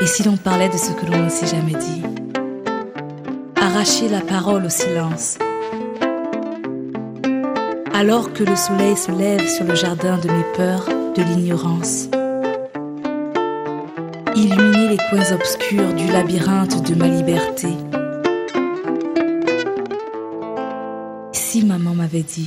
Et si l'on parlait de ce que l'on ne s'est jamais dit? Arracher la parole au silence. Alors que le soleil se lève sur le jardin de mes peurs, de l'ignorance. Illuminer les coins obscurs du labyrinthe de ma liberté. Si maman m'avait dit.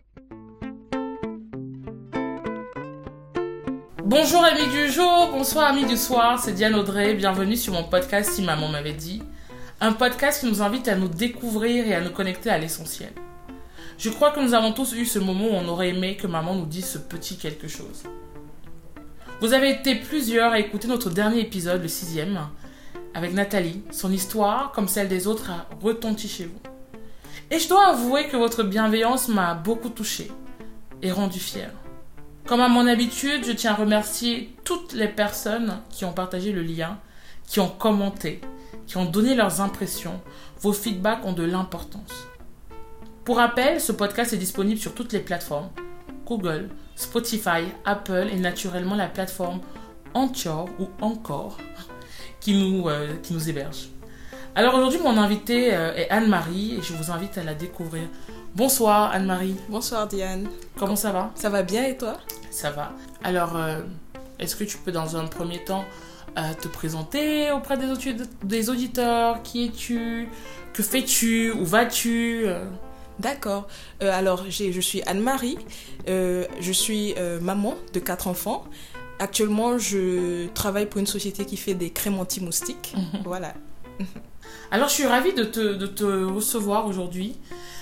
Bonjour amis du jour, bonsoir amis du soir, c'est Diane Audrey, bienvenue sur mon podcast Si maman m'avait dit. Un podcast qui nous invite à nous découvrir et à nous connecter à l'essentiel. Je crois que nous avons tous eu ce moment où on aurait aimé que maman nous dise ce petit quelque chose. Vous avez été plusieurs à écouter notre dernier épisode, le 6e, avec Nathalie. Son histoire, comme celle des autres, a retenti chez vous. Et je dois avouer que votre bienveillance m'a beaucoup touchée et rendue fière. Comme à mon habitude, je tiens à remercier toutes les personnes qui ont partagé le lien, qui ont commenté, qui ont donné leurs impressions. Vos feedbacks ont de l'importance. Pour rappel, ce podcast est disponible sur toutes les plateformes, Google, Spotify, Apple et naturellement la plateforme Anchor ou Encore qui nous héberge. Alors aujourd'hui, mon invitée est Anne-Marie et je vous invite à la découvrir. Bonsoir Anne-Marie. Bonsoir Diane. Comment ça va? Ça va bien et toi? Ça va. Alors, est-ce que tu peux dans un premier temps te présenter auprès des auditeurs? Qui es-tu? Que fais-tu? Où vas-tu? D'accord. Alors, je suis Anne-Marie. Je suis maman de 4 enfants. Actuellement, je travaille pour une société qui fait des crèmes anti-moustiques. Voilà. Alors, je suis ravie de te recevoir aujourd'hui.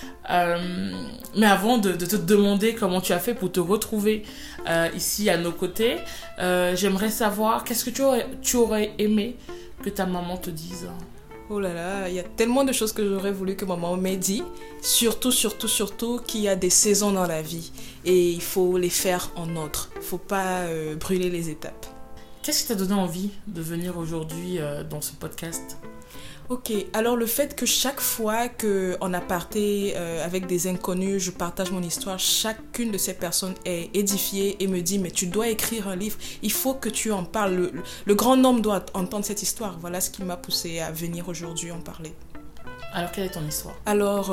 Mais avant de te demander comment tu as fait pour te retrouver ici à nos côtés, j'aimerais savoir qu'est-ce que tu aurais aimé que ta maman te dise. Oh là là, il y a tellement de choses que j'aurais voulu que maman m'ait dit. Surtout qu'il y a des saisons dans la vie et il faut les faire en ordre. Il ne faut pas brûler les étapes. Qu'est-ce qui t'a donné envie de venir aujourd'hui dans ce podcast ? Ok, alors le fait que chaque fois qu'en aparté avec des inconnus, je partage mon histoire, chacune de ces personnes est édifiée et me dit « mais tu dois écrire un livre, il faut que tu en parles, le grand nombre doit entendre cette histoire ». Voilà ce qui m'a poussée à venir aujourd'hui en parler. Alors quelle est ton histoire ? Alors,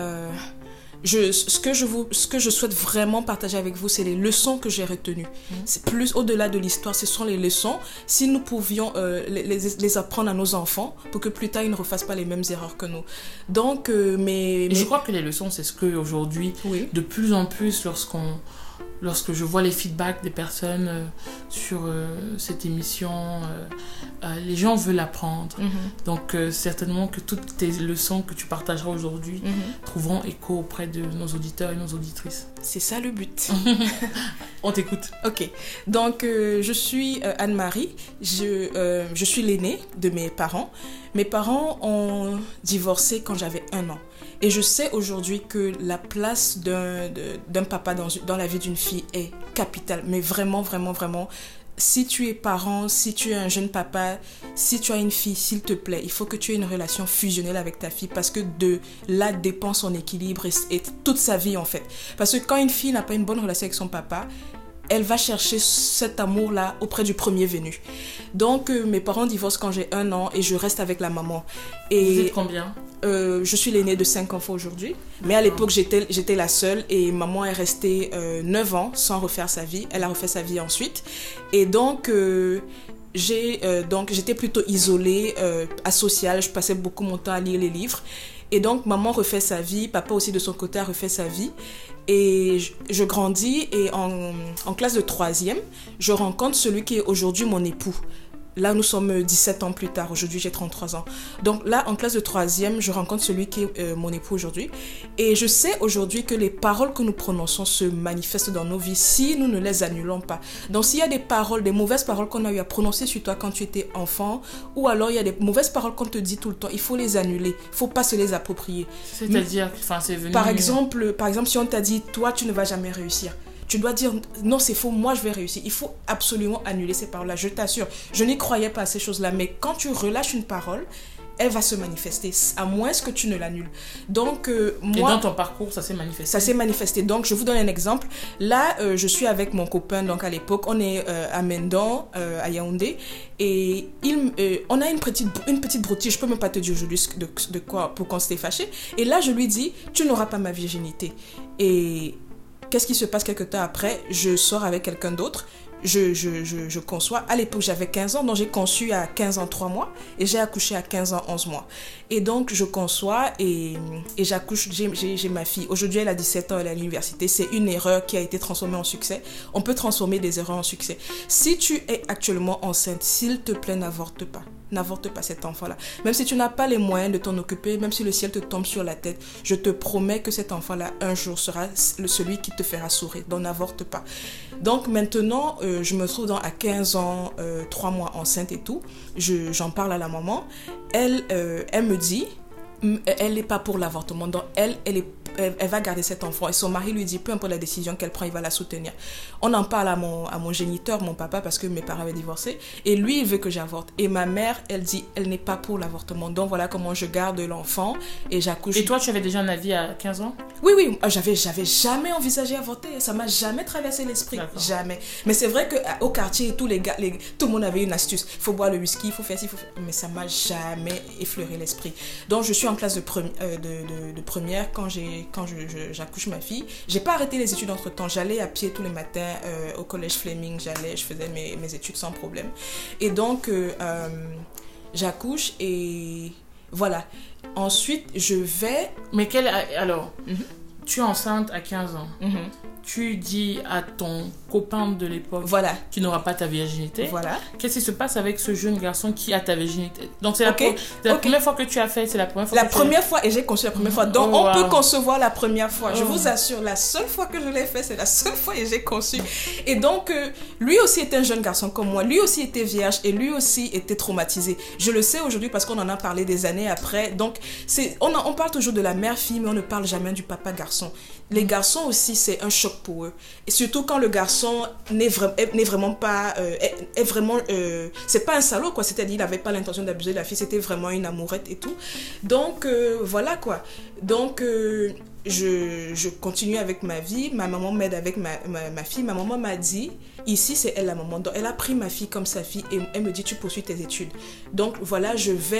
ce que je souhaite vraiment partager avec vous, c'est les leçons que j'ai retenues. C'est plus au-delà de l'histoire, ce sont les leçons. Si nous pouvions les apprendre à nos enfants pour que plus tard ils ne refassent pas les mêmes erreurs que nous. Donc, je crois que les leçons, c'est ce que aujourd'hui, oui. De plus en plus, lorsque je vois les feedbacks des personnes sur cette émission, les gens veulent apprendre. Donc, certainement que toutes tes leçons que tu partageras aujourd'hui trouveront écho auprès de nos auditeurs et nos auditrices. C'est ça le but. On t'écoute. Ok. Donc, je suis Anne-Marie. Je suis l'aînée de mes parents. Mes parents ont divorcé quand j'avais 1 an. Et je sais aujourd'hui que la place d'un papa dans la vie d'une fille est capitale. Mais vraiment, vraiment, vraiment, si tu es parent, si tu es un jeune papa, si tu as une fille, s'il te plaît, il faut que tu aies une relation fusionnelle avec ta fille parce que de là dépend son équilibre et toute sa vie en fait. Parce que quand une fille n'a pas une bonne relation avec son papa, elle va chercher cet amour-là auprès du premier venu. Donc, mes parents divorcent quand j'ai 1 an et je reste avec la maman. Et vous êtes combien ? Je suis l'aînée de 5 enfants aujourd'hui. Mais à l'époque, j'étais la seule et maman est restée 9 ans sans refaire sa vie. Elle a refait sa vie ensuite. Et donc, j'étais plutôt isolée, asociale. Je passais beaucoup mon temps à lire les livres. Et donc, maman refait sa vie. Papa aussi, de son côté, a refait sa vie. Et je grandis et en classe de 3e, je rencontre celui qui est aujourd'hui mon époux. Là, nous sommes 17 ans plus tard. Aujourd'hui, j'ai 33 ans. Donc là, en classe de 3e, je rencontre celui qui est mon époux aujourd'hui. Et je sais aujourd'hui que les paroles que nous prononçons se manifestent dans nos vies si nous ne les annulons pas. Donc s'il y a des paroles, des mauvaises paroles qu'on a eu à prononcer sur toi quand tu étais enfant, ou alors il y a des mauvaises paroles qu'on te dit tout le temps, il faut les annuler. Il ne faut pas se les approprier. C'est-à-dire, c'est venu... Par exemple, si on t'a dit, toi, tu ne vas jamais réussir. Tu dois dire, non, c'est faux, moi je vais réussir. Il faut absolument annuler ces paroles-là, je t'assure. Je n'y croyais pas à ces choses-là, mais quand tu relâches une parole, elle va se manifester, à moins que tu ne l'annules. Donc, moi... Et dans ton parcours, ça s'est manifesté? Ça s'est manifesté. Donc, je vous donne un exemple. Là, je suis avec mon copain, donc à l'époque, on est à Mendon, à Yaoundé, et on a une petite broutille, je peux même pas te dire aujourd'hui de quoi, pour qu'on s'était fâché. Et là, je lui dis, tu n'auras pas ma virginité. Et qu'est-ce qui se passe quelques temps après? Je sors avec quelqu'un d'autre. Je conçois. À l'époque, j'avais 15 ans, donc j'ai conçu à 15 ans 3 mois et j'ai accouché à 15 ans 11 mois. Et donc, je conçois et j'accouche, j'ai ma fille. Aujourd'hui, elle a 17 ans, elle est à l'université. C'est une erreur qui a été transformée en succès. On peut transformer des erreurs en succès. Si tu es actuellement enceinte, s'il te plaît, n'avorte pas. N'avorte pas cet enfant-là. Même si tu n'as pas les moyens de t'en occuper, même si le ciel te tombe sur la tête, je te promets que cet enfant-là, un jour, sera celui qui te fera sourire. Donc, n'avorte pas. Donc, maintenant, je me trouve à 15 ans, 3 mois enceinte et tout. J'en parle à la maman. Elle me dit, elle n'est pas pour l'avortement. Donc, elle va garder cet enfant. Et son mari lui dit, peu importe la décision qu'elle prend, il va la soutenir. On en parle à mon géniteur, mon papa, parce que mes parents avaient divorcé. Et lui, il veut que j'avorte. Et ma mère, elle dit, elle n'est pas pour l'avortement. Donc, voilà comment je garde l'enfant et j'accouche. Et toi, tu avais déjà un avis à 15 ans? Oui. J'avais jamais envisagé avorter. Ça m'a jamais traversé l'esprit. D'accord. Jamais. Mais c'est vrai qu'au quartier, tout le monde avait une astuce. Il faut boire le whisky, il faut faire ci, il faut faire... Mais ça m'a jamais effleuré l'esprit. Donc, je suis en classe de première quand j'accouche ma fille. J'ai pas arrêté les études entre temps. J'allais à pied tous les matins au collège Fleming. Je faisais mes études sans problème. Et donc, j'accouche et voilà. Ensuite, je vais... Mais alors, tu es enceinte à 15 ans. Tu dis à ton copain de l'époque, voilà, tu n'auras pas ta virginité. Voilà. Qu'est-ce qui se passe avec ce jeune garçon qui a ta virginité? Donc c'est la première fois que tu as fait, c'est la première fois. Première fois, et j'ai conçu la première fois. Donc on peut concevoir la première fois. Je vous assure, la seule fois que je l'ai fait, c'est la seule fois et j'ai conçu. Et donc lui aussi était un jeune garçon comme moi. Lui aussi était vierge et lui aussi était traumatisé. Je le sais aujourd'hui parce qu'on en a parlé des années après. Donc on parle toujours de la mère-fille, mais on ne parle jamais du papa-garçon. Les garçons aussi, c'est un choc pour eux. Et surtout quand le garçon n'est vraiment pas... c'est pas un salaud, quoi. C'est-à-dire, il n'avait pas l'intention d'abuser de la fille. C'était vraiment une amourette et tout. Donc, voilà, quoi. Donc, je continue avec ma vie. Ma maman m'aide avec ma fille. Ma maman m'a dit, ici, c'est elle la maman. Donc, elle a pris ma fille comme sa fille et elle me dit, tu poursuis tes études. Donc, voilà,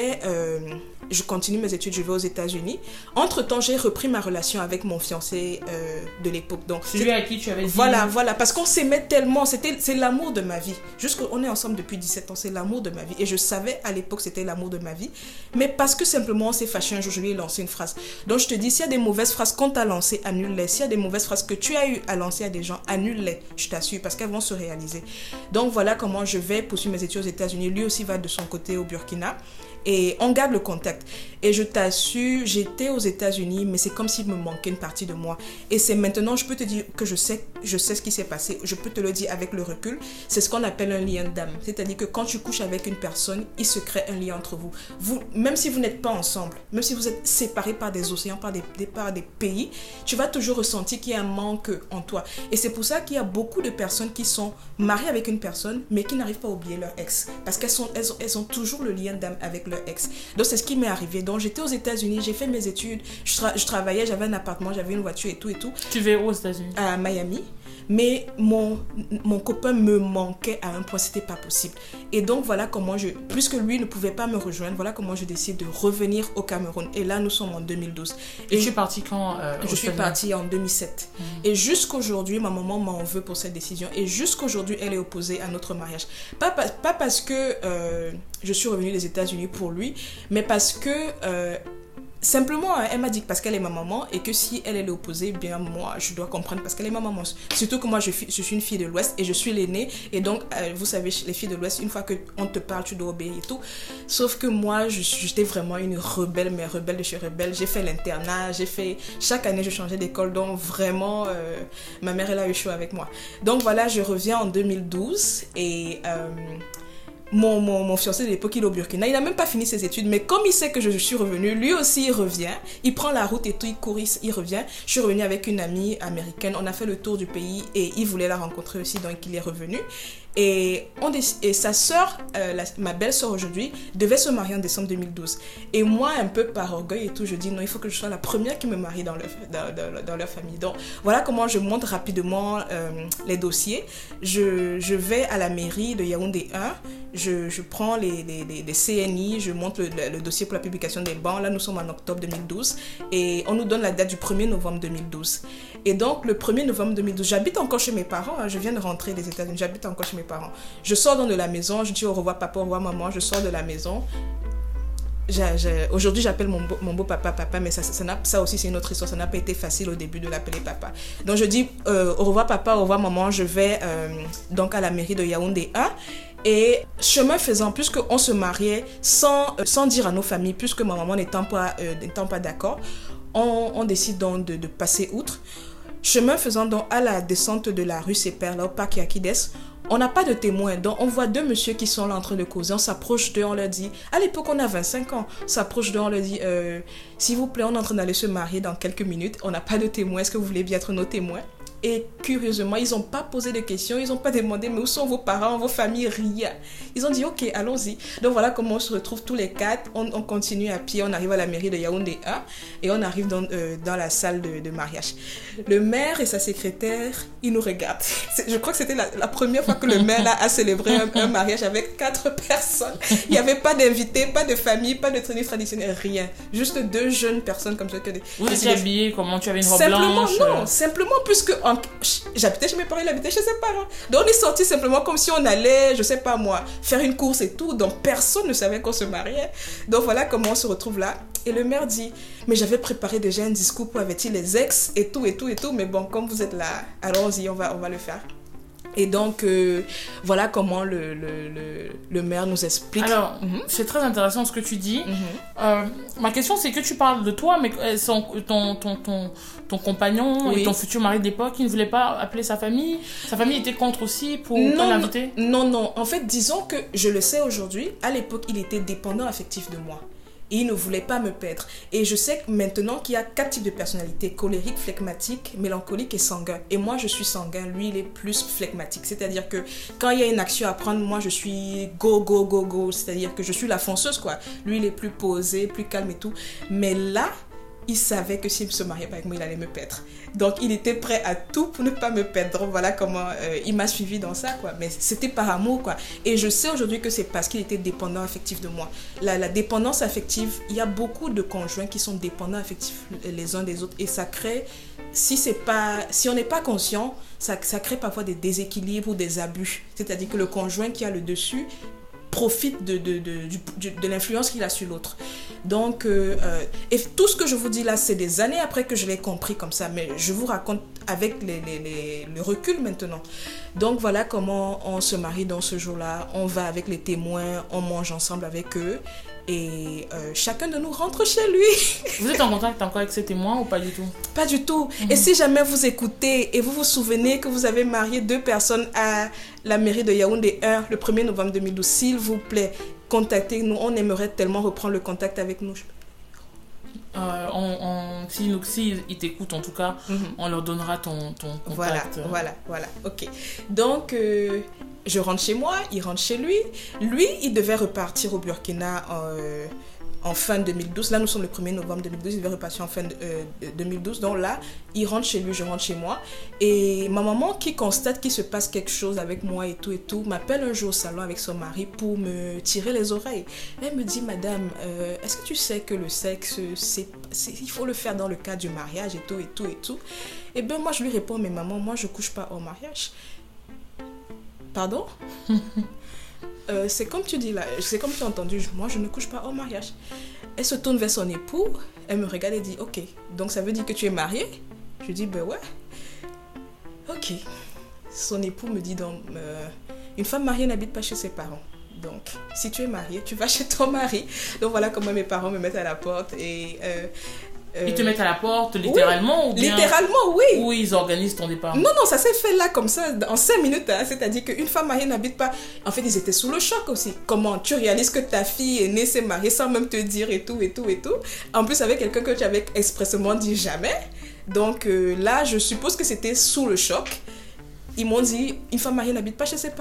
je continue mes études, je vais aux États-Unis. Entre-temps, j'ai repris ma relation avec mon fiancé de l'époque. Donc, celui à qui tu avais dit... Voilà, parce qu'on s'aimait tellement. C'est l'amour de ma vie. On est ensemble depuis 17 ans, c'est l'amour de ma vie. Et je savais à l'époque c'était l'amour de ma vie. Mais parce que simplement on s'est fâché un jour, je lui ai lancé une phrase. Donc, je te dis, s'il y a des mauvaises phrases qu'on t'a lancées, annule-les. S'il y a des mauvaises phrases que tu as eu à lancer à des gens, annule-les, je t'assure, parce qu'elles vont se réaliser. Donc, voilà comment je vais poursuivre mes études aux États-Unis. Lui aussi va de son côté au Burkina. Et on garde le contact. Et je t'assure, j'étais aux États-Unis, mais c'est comme s'il me manquait une partie de moi. Et c'est maintenant, je peux te dire que je sais ce qui s'est passé. Je peux te le dire avec le recul. C'est ce qu'on appelle un lien d'âme. C'est-à-dire que quand tu couches avec une personne, il se crée un lien entre vous. Même si vous n'êtes pas ensemble, même si vous êtes séparés par des océans, par des pays, tu vas toujours ressentir qu'il y a un manque en toi. Et c'est pour ça qu'il y a beaucoup de personnes qui sont mariées avec une personne, mais qui n'arrivent pas à oublier leur ex. Parce qu'elles ont toujours le lien d'âme avec leur ex. Donc c'est ce qui m'est arrivé. Donc j'étais aux États-Unis, j'ai fait mes études, je travaillais, j'avais un appartement, j'avais une voiture et tout. Tu vas où aux États-Unis? À Miami. Mais mon copain me manquait à un point, c'était pas possible. Et donc voilà comment puisque lui ne pouvait pas me rejoindre, voilà comment je décide de revenir au Cameroun. Et là nous sommes en 2012. Et tu es partie quand? Je suis partie en 2007. Et jusqu'aujourd'hui, ma maman m'en veut pour cette décision. Et jusqu'aujourd'hui, elle est opposée à notre mariage. Pas parce que je suis revenue des États-Unis pour lui, mais parce que simplement, elle m'a dit que parce qu'elle est ma maman et que si elle est opposée, bien moi, je dois comprendre parce qu'elle est ma maman. Surtout que moi, je suis une fille de l'Ouest et je suis l'aînée. Et donc, vous savez, les filles de l'Ouest, une fois qu'on te parle, tu dois obéir et tout. Sauf que moi, j'étais vraiment une rebelle, mais rebelle de chez rebelle. J'ai fait l'internat, chaque année, je changeais d'école. Donc, vraiment, ma mère, elle a eu chaud avec moi. Donc, voilà, je reviens en 2012 et... Mon fiancé de l'époque, il est au Burkina. Il n'a même pas fini ses études. Mais comme il sait que je suis revenue, lui aussi, il revient. Il prend la route et tout, il court, il revient. Je suis revenue avec une amie américaine. On a fait le tour du pays et il voulait la rencontrer aussi, donc il est revenu. Et sa sœur, ma belle-sœur aujourd'hui, devait se marier en décembre 2012. Et moi, un peu par orgueil et tout, je dis non, il faut que je sois la première qui me marie dans leur famille. Donc, voilà comment je monte rapidement les dossiers. Je vais à la mairie de Yaoundé 1, je prends les CNI, je monte le dossier pour la publication des bans. Là, nous sommes en octobre 2012 et on nous donne la date du 1er novembre 2012. Et donc, le 1er novembre 2012, j'habite encore chez mes parents, je viens de rentrer des États-Unis, j'habite encore chez mes parents. Je sors donc de la maison, je dis au revoir papa, au revoir maman, je sors de la maison. Aujourd'hui, j'appelle mon beau papa, mais ça aussi, c'est une autre histoire. Ça n'a pas été facile au début de l'appeler papa. Donc, je dis au revoir papa, au revoir maman. Je vais donc à la mairie de Yaoundé 1. Et chemin faisant, puisqu'on se mariait sans dire à nos familles, puisque ma maman n'étant pas d'accord, on décide donc de passer outre. Chemin faisant, donc à la descente de la rue Sépère, là au parc Yakides, on n'a pas de témoins, donc on voit deux messieurs qui sont là en train de causer, on s'approche d'eux, on leur dit, à l'époque on a 25 ans, on s'approche d'eux, on leur dit, s'il vous plaît, on est en train d'aller se marier dans quelques minutes, on n'a pas de témoins, est-ce que vous voulez bien être nos témoins? Et curieusement, ils n'ont pas posé de questions, ils n'ont pas demandé mais où sont vos parents, vos familles, rien. Ils ont dit ok, allons-y. Donc voilà comment on se retrouve tous les quatre, on continue à pied, on arrive à la mairie de Yaoundé 1 et on arrive dans la salle de mariage. Le maire et sa secrétaire, ils nous regardent. Je crois que c'était la première fois que le maire là, a célébré un mariage avec 4 personnes. Il n'y avait pas d'invités, pas de famille, pas de tenue traditionnelle, rien. Juste 2 jeunes personnes comme ça. Vous étiez habillés comment? Tu avais une robe simplement, blanche? Non, simplement puisque j'habitais chez mes parents, il habitait chez ses parents. Donc on est sortis simplement comme si on allait, je sais pas moi, faire une course et tout. Donc personne ne savait qu'on se mariait. Donc voilà comment on se retrouve là. Et le maire dit, mais j'avais préparé déjà un discours pour avertir les ex et tout. Mais bon, comme vous êtes là, allons-y, on va le faire. Et donc, voilà comment le maire nous explique. Alors, c'est très intéressant ce que tu dis. Ma question, c'est que tu parles de toi, mais ton compagnon et ton futur mari d'époque, il ne voulait pas appeler sa famille? Sa famille était contre aussi pour l'inviter? Non. En fait, disons que je le sais aujourd'hui, à l'époque, il était dépendant affectif de moi. Et il ne voulait pas me perdre. Et je sais maintenant qu'il y a 4 types de personnalités. Colérique, flegmatique, mélancolique et sanguin. Et moi, je suis sanguin. Lui, il est plus flegmatique. C'est-à-dire que quand il y a une action à prendre, moi, je suis go. C'est-à-dire que je suis la fonceuse, quoi. Lui, il est plus posé, plus calme et tout. Mais là, il savait que s'il ne se mariait pas avec moi, il allait me perdre. Donc, il était prêt à tout pour ne pas me perdre. Donc, voilà comment il m'a suivi dans ça, quoi. Mais c'était par amour, quoi. Et je sais aujourd'hui que c'est parce qu'il était dépendant affectif de moi. La dépendance affective, il y a beaucoup de conjoints qui sont dépendants affectifs les uns des autres. Et ça crée, si on n'est pas conscient, ça crée parfois des déséquilibres ou des abus. C'est-à-dire que le conjoint qui a le dessus profite de l'influence qu'il a sur l'autre. Donc, et tout ce que je vous dis là, c'est des années après que je l'ai compris comme ça, mais je vous raconte avec le recul maintenant. Donc, voilà comment on se marie dans ce jour-là. On va avec les témoins, on mange ensemble avec eux et chacun de nous rentre chez lui. Vous êtes en contact encore avec ces témoins ou pas du tout? Pas du tout. Et si jamais vous écoutez et vous vous souvenez que vous avez marié 2 personnes à la mairie de Yaoundé 1 le 1er novembre 2012, s'il vous plaît, contactez-nous. On aimerait tellement reprendre le contact avec nous. S'ils t'écoutent en tout cas, on leur donnera ton contact. Voilà. Ok. Donc, je rentre chez moi, il rentre chez lui. Lui, il devait repartir au Burkina en fin 2012. Là, nous sommes le 1er novembre 2012. Il devait repartir en fin 2012. Donc là, il rentre chez lui, je rentre chez moi. Et ma maman, qui constate qu'il se passe quelque chose avec moi et tout, m'appelle un jour au salon avec son mari pour me tirer les oreilles. Elle me dit, madame, est-ce que tu sais que le sexe, il faut le faire dans le cadre du mariage et tout. Et bien, moi, je lui réponds, mais maman, moi, je couche pas au mariage. Pardon? C'est comme tu dis là, c'est comme tu as entendu, moi je ne couche pas au mariage. Elle se tourne vers son époux, elle me regarde et dit ok, donc ça veut dire que tu es mariée? Je dis ben ouais. Ok. Son époux me dit donc une femme mariée n'habite pas chez ses parents. Donc si tu es mariée, tu vas chez ton mari. Donc voilà comment mes parents me mettent à la porte et ils te mettent à la porte littéralement ou bien littéralement, oui. Ou ils organisent ton départ? Non, ça s'est fait là comme ça en 5 minutes. Hein, c'est-à-dire qu'une femme mariée n'habite pas. En fait, ils étaient sous le choc aussi. Comment tu réalises que ta fille est née, s'est mariée sans même te dire et tout. En plus, avec quelqu'un que tu avais expressément dit jamais. Donc là, je suppose que c'était sous le choc. Ils m'ont dit, une femme mariée n'habite pas chez ses parents.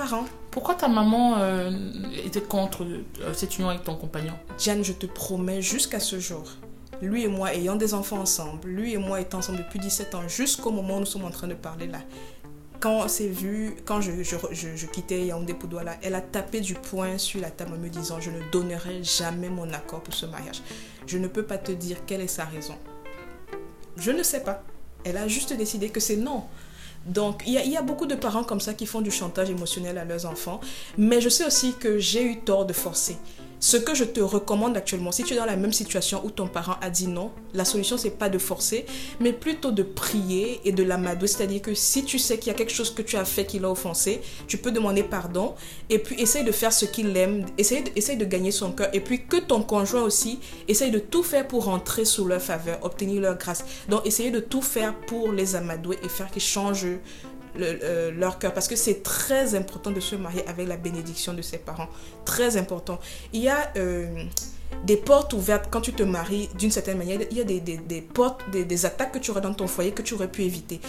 Pourquoi ta maman était contre cette union avec ton compagnon? Diane, je te promets, jusqu'à ce jour, lui et moi ayant des enfants ensemble, lui et moi étant ensemble depuis 17 ans, jusqu'au moment où nous sommes en train de parler là, quand on s'est vu, quand je quittais Yaoundé pour Douala, elle a tapé du poing sur la table en me disant « Je ne donnerai jamais mon accord pour ce mariage. » Je ne peux pas te dire quelle est sa raison. Je ne sais pas. Elle a juste décidé que c'est non. Donc, il y a beaucoup de parents comme ça qui font du chantage émotionnel à leurs enfants. Mais je sais aussi que j'ai eu tort de forcer. Ce que je te recommande actuellement, si tu es dans la même situation où ton parent a dit non, la solution, c'est pas de forcer, mais plutôt de prier et de l'amadouer. C'est-à-dire que si tu sais qu'il y a quelque chose que tu as fait qui l'a offensé, tu peux demander pardon et puis essaye de faire ce qu'il aime, essaye de gagner son cœur. Et puis que ton conjoint aussi essaye de tout faire pour rentrer sous leur faveur, obtenir leur grâce. Donc, essayez de tout faire pour les amadouer et faire qu'ils changent leur cœur, parce que c'est très important de se marier avec la bénédiction de ses parents, très important. Il y a des portes ouvertes quand tu te maries d'une certaine manière. Il y a des portes, des attaques que tu auras dans ton foyer que tu aurais pu éviter.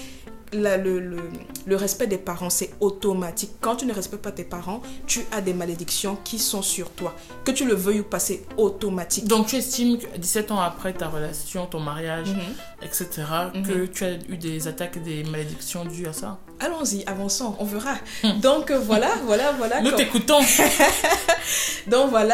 Le respect des parents, c'est automatique. Quand tu ne respectes pas tes parents, tu as des malédictions qui sont sur toi. Que tu le veuilles ou pas, c'est automatique. Donc tu estimes que 17 ans après ta relation, ton mariage, etc., que tu as eu des attaques et des malédictions dues à ça? Allons-y, avançons, on verra. Donc voilà. Nous t'écoutons. Donc voilà,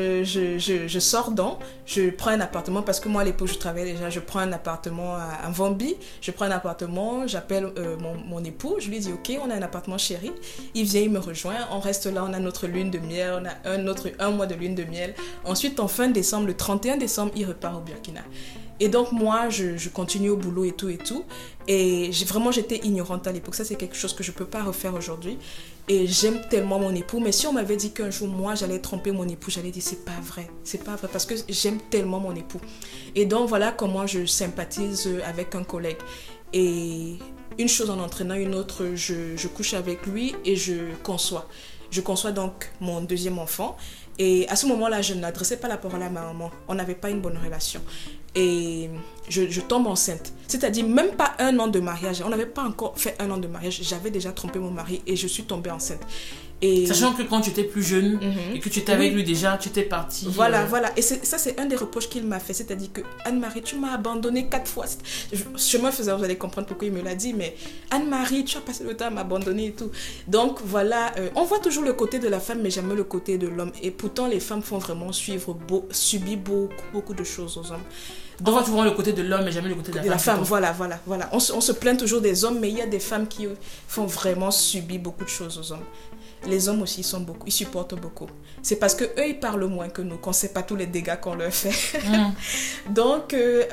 je sors donc, je prends un appartement, parce que moi à l'époque je travaillais déjà, je prends un appartement à Vambi, je prends un appartement, j'appelle mon époux, je lui dis ok, on a un appartement chéri, il vient, il me rejoint, on reste là, on a notre lune de miel, on a un mois de lune de miel. Ensuite en fin décembre, le 31 décembre, il repart au Burkina. Et donc moi, je continue au boulot et tout. Et j'étais ignorante à l'époque. Ça, c'est quelque chose que je ne peux pas refaire aujourd'hui. Et j'aime tellement mon époux. Mais si on m'avait dit qu'un jour, moi, j'allais tromper mon époux, j'allais dire, c'est pas vrai. C'est pas vrai parce que j'aime tellement mon époux. Et donc, voilà comment je sympathise avec un collègue. Et une chose en entraînant une autre, je couche avec lui et je conçois. Je conçois donc mon deuxième enfant. Et à ce moment-là, je n'adressais pas la parole à ma maman. On n'avait pas une bonne relation. Et je tombe enceinte. C'est-à-dire même pas un an de mariage. On n'avait pas encore fait un an de mariage. J'avais déjà trompé mon mari et je suis tombée enceinte. Et sachant que quand tu étais plus jeune et que tu étais avec lui déjà, tu étais partie. Voilà. Et ça, c'est un des reproches qu'il m'a fait. C'est-à-dire que Anne-Marie, tu m'as abandonnée 4 fois. Chemin faisant, vous allez comprendre pourquoi il me l'a dit. Mais Anne-Marie, tu as passé le temps à m'abandonner et tout. Donc voilà, on voit toujours le côté de la femme, mais jamais le côté de l'homme. Et pourtant, les femmes font vraiment subir beaucoup de choses aux hommes. Donc, on voit toujours le côté de l'homme, mais jamais le côté de la femme. Voilà. On se plaint toujours des hommes, mais il y a des femmes qui font vraiment subir beaucoup de choses aux hommes. Les hommes aussi, ils supportent beaucoup. C'est parce qu'eux, ils parlent moins que nous, qu'on ne sait pas tous les dégâts qu'on leur fait. Donc,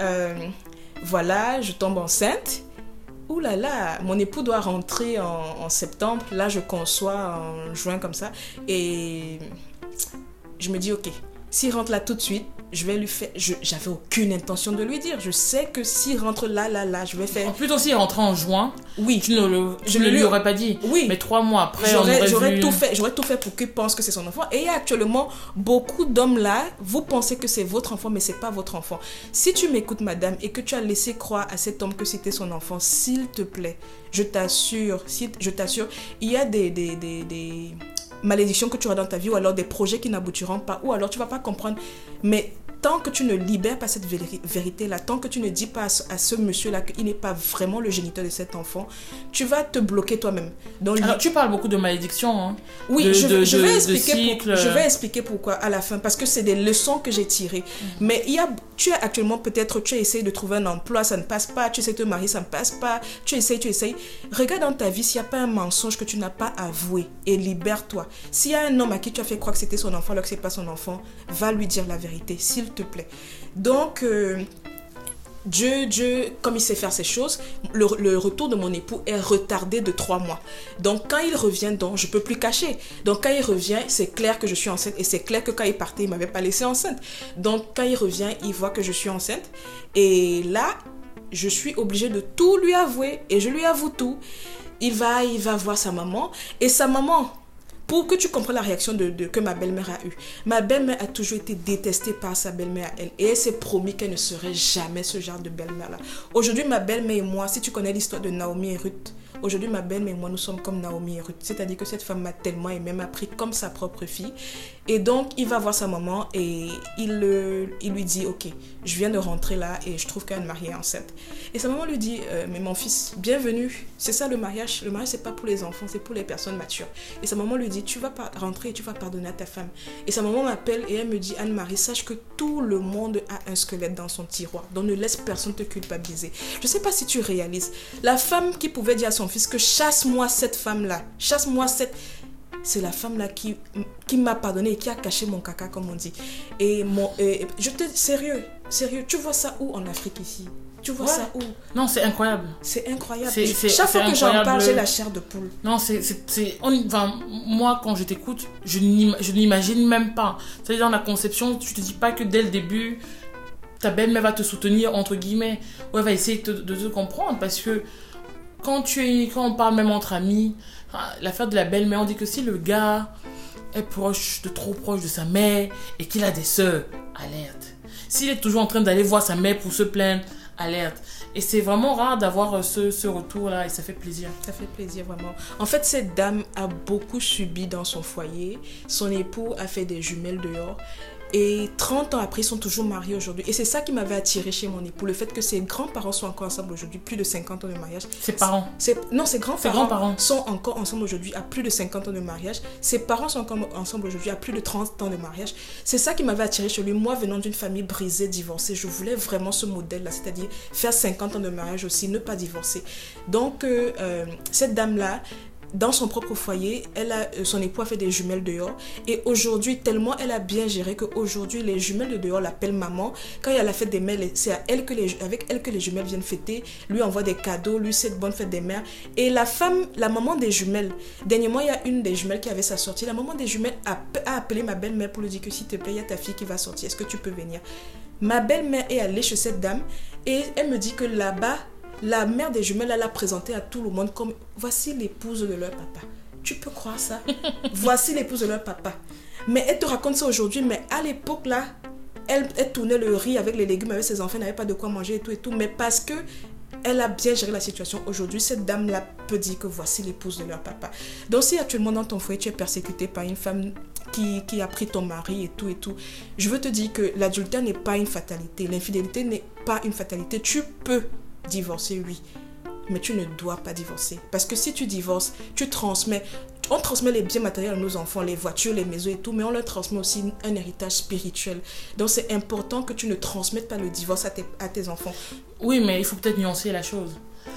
voilà, je tombe enceinte. Ouh là là, mon époux doit rentrer en septembre. Là, je conçois en juin comme ça. Et je me dis, ok, s'il rentre là tout de suite, je vais lui faire... J'avais aucune intention de lui dire. Je sais que s'il rentre là, je vais faire... En plus, aussi, il rentrait en juin. Oui. Je ne lui aurais pas dit. Oui. Mais 3 mois après, j'aurais tout fait pour qu'il pense que c'est son enfant. Et il y a actuellement beaucoup d'hommes là, vous pensez que c'est votre enfant, mais c'est pas votre enfant. Si tu m'écoutes, madame, et que tu as laissé croire à cet homme que c'était son enfant, s'il te plaît, je t'assure, il y a des malédictions que tu auras dans ta vie, ou alors des projets qui n'aboutiront pas, ou alors tu vas pas comprendre. Mais tant que tu ne libères pas cette vérité-là, tant que tu ne dis pas à ce monsieur-là qu'il n'est pas vraiment le géniteur de cet enfant, tu vas te bloquer toi-même. Alors, tu parles beaucoup de malédiction, hein? Oui, je vais expliquer pourquoi à la fin, parce que c'est des leçons que j'ai tirées. Mais tu as actuellement, peut-être, tu as essayé de trouver un emploi, ça ne passe pas, tu essaies de te marier, ça ne passe pas, tu essayes. Regarde dans ta vie s'il n'y a pas un mensonge que tu n'as pas avoué et libère-toi. S'il y a un homme à qui tu as fait croire que c'était son enfant alors que ce n'est pas son enfant, va lui dire la vérité, s'il te plaît. Donc, Dieu, comme il sait faire ces choses, le retour de mon époux est retardé de 3 mois. Donc, quand il revient, je ne peux plus cacher. Donc, quand il revient, c'est clair que je suis enceinte. Et c'est clair que quand il partait, il ne m'avait pas laissé enceinte. Donc, quand il revient, il voit que je suis enceinte. Et là, je suis obligée de tout lui avouer. Et je lui avoue tout. Il va voir sa maman. Et sa maman... Pour que tu comprennes la réaction que ma belle-mère a eue. Ma belle-mère a toujours été détestée par sa belle-mère à elle. Et elle s'est promis qu'elle ne serait jamais ce genre de belle-mère-là. Aujourd'hui, ma belle-mère et moi, si tu connais l'histoire de Naomi et Ruth, Aujourd'hui, ma belle-mère et moi, nous sommes comme Naomi et Ruth. C'est-à-dire que cette femme m'a tellement aimée, m'a pris comme sa propre fille. Et donc, il va voir sa maman et il lui dit, ok, je viens de rentrer là et je trouve qu'Anne-Marie est enceinte. Et sa maman lui dit, mais mon fils, bienvenue. C'est ça le mariage. Le mariage, c'est pas pour les enfants, c'est pour les personnes matures. Et sa maman lui dit, tu vas rentrer et tu vas pardonner à ta femme. Et sa maman m'appelle et elle me dit, Anne-Marie, sache que tout le monde a un squelette dans son tiroir. Donc, ne laisse personne te culpabiliser. Je sais pas si tu réalises. La femme qui pouvait dire à son fils que chasse-moi cette femme-là, chasse-moi cette... C'est la femme-là qui m'a pardonné et qui a caché mon caca, comme on dit. Je te... Sérieux, tu vois ça où en Afrique ici? Tu vois ça où? Non, c'est incroyable. C'est incroyable. Chaque fois que j'en parle, j'ai la chair de poule. Non, moi, quand je t'écoute, je n'imagine même pas. C'est-à-dire, dans la conception, tu te dis pas que dès le début, ta belle-mère va te soutenir, entre guillemets. Ouais, elle va essayer de te comprendre. Parce que quand on parle même entre amis, l'affaire de la belle-mère, on dit que si le gars est trop proche de sa mère et qu'il a des sœurs, alerte. S'il est toujours en train d'aller voir sa mère pour se plaindre, alerte. Et c'est vraiment rare d'avoir ce retour-là et ça fait plaisir. Ça fait plaisir, vraiment. En fait, cette dame a beaucoup subi dans son foyer. Son époux a fait des jumelles dehors. Et 30 ans après, ils sont toujours mariés aujourd'hui. Et c'est ça qui m'avait attiré chez mon époux. Le fait que ses grands-parents sont encore ensemble aujourd'hui, plus de 50 ans de mariage. Ses parents? Non, ses grands-parents sont encore ensemble aujourd'hui à plus de 50 ans de mariage. Ses parents sont encore ensemble aujourd'hui à plus de 30 ans de mariage. C'est ça qui m'avait attiré chez lui. Moi, venant d'une famille brisée, divorcée, je voulais vraiment ce modèle-là. C'est-à-dire faire 50 ans de mariage aussi, ne pas divorcer. Donc, cette dame-là, dans son propre foyer, son époux a fait des jumelles dehors. Et aujourd'hui, tellement elle a bien géré qu'aujourd'hui, les jumelles de dehors l'appellent maman. Quand il y a la fête des mères, c'est avec elle que les jumelles viennent fêter. Lui envoie des cadeaux, lui c'est de bonne fête des mères. Et la maman des jumelles, dernièrement, il y a une des jumelles qui avait sa sortie. La maman des jumelles a appelé ma belle-mère pour lui dire que s'il te plaît, il y a ta fille qui va sortir. Est-ce que tu peux venir? Ma belle-mère est allée chez cette dame et elle me dit que là-bas, la mère des jumelles, elle l'a présentée à tout le monde comme voici l'épouse de leur papa. Tu peux croire ça? Voici l'épouse de leur papa. Mais elle te raconte ça aujourd'hui, mais à l'époque là, elle tournait le riz avec les légumes avec ses enfants, elle n'avait pas de quoi manger et tout. Mais parce que elle a bien géré la situation aujourd'hui, cette dame-là peut dire que voici l'épouse de leur papa. Donc si actuellement dans ton foyer, tu es persécuté par une femme qui a pris ton mari et tout, je veux te dire que l'adultère n'est pas une fatalité. L'infidélité n'est pas une fatalité. Tu peux divorcer, oui, mais tu ne dois pas divorcer. Parce que si tu divorces, on transmet les biens matériels à nos enfants, les voitures, les maisons et tout, mais on leur transmet aussi un héritage spirituel. Donc c'est important que tu ne transmettes pas le divorce à tes enfants. Oui, mais il faut peut-être nuancer la chose.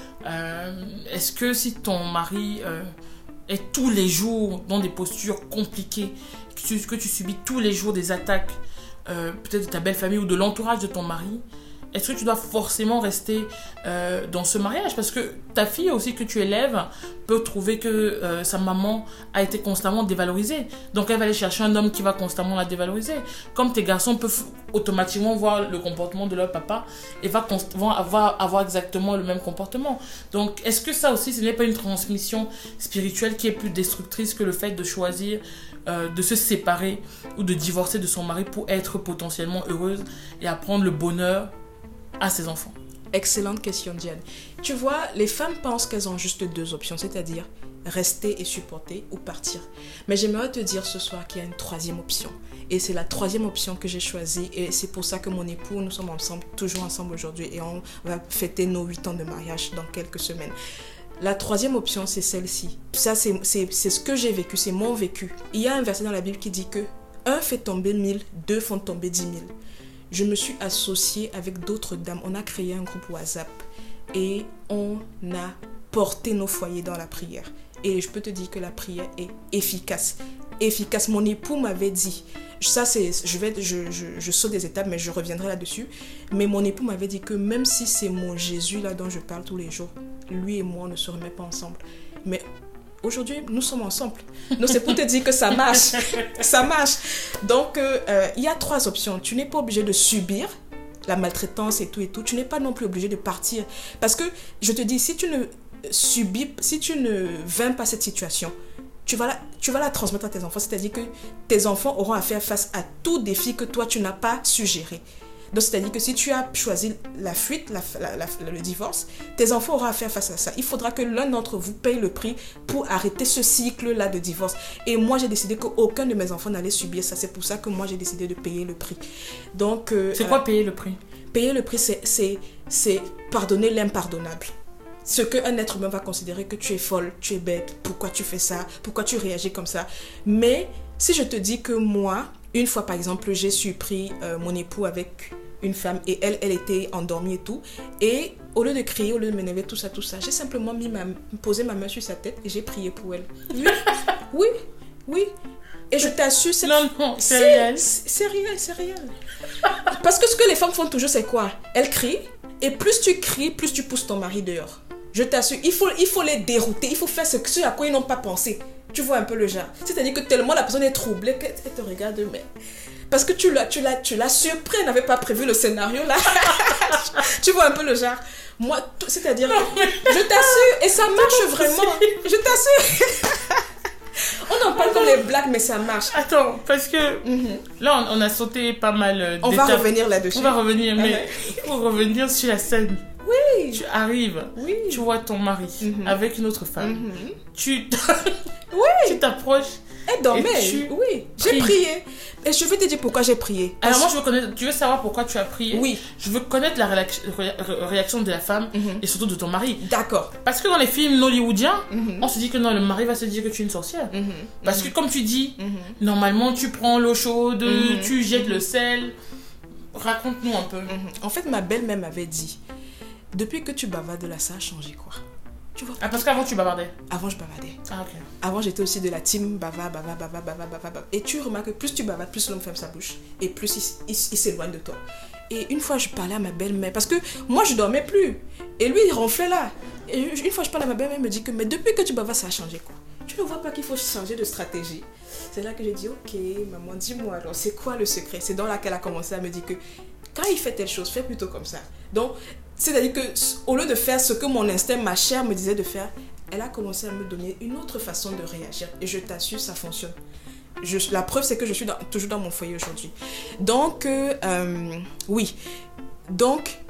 Est-ce que si ton mari est tous les jours dans des postures compliquées, que tu subis tous les jours des attaques, peut-être de ta belle famille ou de l'entourage de ton mari, est-ce que tu dois forcément rester dans ce mariage? Parce que ta fille aussi que tu élèves peut trouver que sa maman a été constamment dévalorisée. Donc elle va aller chercher un homme qui va constamment la dévaloriser. Comme tes garçons peuvent automatiquement voir le comportement de leur papa et vont avoir exactement le même comportement. Donc est-ce que ça aussi, ce n'est pas une transmission spirituelle qui est plus destructrice que le fait de choisir de se séparer ou de divorcer de son mari pour être potentiellement heureuse et apprendre le bonheur à ses enfants? Excellente question, Diane. Tu vois, les femmes pensent qu'elles ont juste deux options, c'est-à-dire rester et supporter ou partir. Mais j'aimerais te dire ce soir qu'il y a une troisième option. Et c'est la troisième option que j'ai choisie. Et c'est pour ça que mon époux, nous sommes ensemble, toujours ensemble aujourd'hui. Et on va fêter nos 8 ans de mariage dans quelques semaines. La troisième option, c'est celle-ci. Ça, c'est ce que j'ai vécu, c'est mon vécu. Il y a un verset dans la Bible qui dit que 1 fait tomber 1000, 2 font tomber 10 000. Je me suis associée avec d'autres dames. On a créé un groupe WhatsApp et on a porté nos foyers dans la prière. Et je peux te dire que la prière est efficace. Efficace. Mon époux m'avait dit, ça c'est, je saute des étapes, mais je reviendrai là-dessus. Mais mon époux m'avait dit que même si c'est mon Jésus là dont je parle tous les jours, lui et moi on ne se remet pas ensemble. Mais aujourd'hui, nous sommes ensemble. Donc, c'est pour te dire que ça marche. Ça marche. Donc, il y a 3 options. Tu n'es pas obligé de subir la maltraitance et tout. Tu n'es pas non plus obligé de partir. Parce que, je te dis, si tu ne vains pas cette situation, tu vas la transmettre à tes enfants. C'est-à-dire que tes enfants auront à faire face à tout défi que toi, tu n'as pas su gérer. Donc, c'est-à-dire que si tu as choisi la fuite, le divorce, tes enfants auront à faire face à ça. Il faudra que l'un d'entre vous paye le prix pour arrêter ce cycle-là de divorce. Et moi, j'ai décidé qu'aucun de mes enfants n'allait subir ça. C'est pour ça que moi, j'ai décidé de payer le prix. Donc, c'est quoi payer le prix? Payer le prix, c'est pardonner l'impardonnable. Ce qu'un être humain va considérer que tu es folle, tu es bête, pourquoi tu fais ça, pourquoi tu réagis comme ça. Mais si je te dis que moi, une fois par exemple, j'ai surpris mon époux avec une femme et elle était endormie et tout. Et au lieu de crier, au lieu de m'énerver, tout ça, j'ai simplement posé ma main sur sa tête et j'ai prié pour elle. Oui. Et je t'assure, c'est réel. C'est réel. Parce que ce que les femmes font toujours, c'est quoi? Elles crient. Et plus tu cries, plus tu pousses ton mari dehors. Je t'assure, il faut les dérouter. Il faut faire ce à quoi ils n'ont pas pensé. Tu vois un peu le genre. C'est-à-dire que tellement la personne est troublée qu'elle te regarde, mais... Parce que tu l'as surpris, elle n'avait pas prévu le scénario là. Tu vois un peu le genre. Moi, c'est-à-dire, je t'assure, et ça marche vraiment. Je t'assure. On en parle comme les blagues, mais ça marche. Attends, parce que là, on a sauté pas mal on va revenir là-dessus. On va revenir, mais pour revenir sur la scène. Oui. Tu arrives, tu vois ton mari avec une autre femme. Tu t'approches. Elle dormait. J'ai prié. Et je vais te dire pourquoi j'ai prié. Alors moi, tu veux savoir pourquoi tu as prié? Oui. Je veux connaître la réaction de la femme et surtout de ton mari. D'accord. Parce que dans les films hollywoodiens, on se dit que non, le mari va se dire que tu es une sorcière. Parce que comme tu dis, normalement, tu prends l'eau chaude, tu jettes le sel. Raconte-nous un peu. En fait, ma belle-mère m'avait dit, depuis que tu bavardes là, ça a changé quoi? Tu vois? Ah, parce qu'avant tu bavardais? Avant je bavardais. Ah, ok. Avant j'étais aussi de la team bava. Et tu remarques que plus tu bavardes, plus l'homme ferme sa bouche. Et plus il s'éloigne de toi. Et une fois je parlais à ma belle-mère, parce que moi je dormais plus. Et lui il ronflait là. Et une fois je parlais à ma belle-mère, elle me dit que mais depuis que tu bavardes, ça a changé quoi? Tu ne vois pas qu'il faut changer de stratégie? C'est là que j'ai dit ok maman, dis-moi alors, c'est quoi le secret? C'est dans là qu'elle a commencé à me dire que quand il fait telle chose, fais plutôt comme ça. Donc, c'est-à-dire qu'au lieu de faire ce que mon instinct, ma chair me disait de faire, elle a commencé à me donner une autre façon de réagir. Et je t'assure, ça fonctionne. La preuve, c'est que je suis toujours dans mon foyer aujourd'hui. Donc, oui. Donc,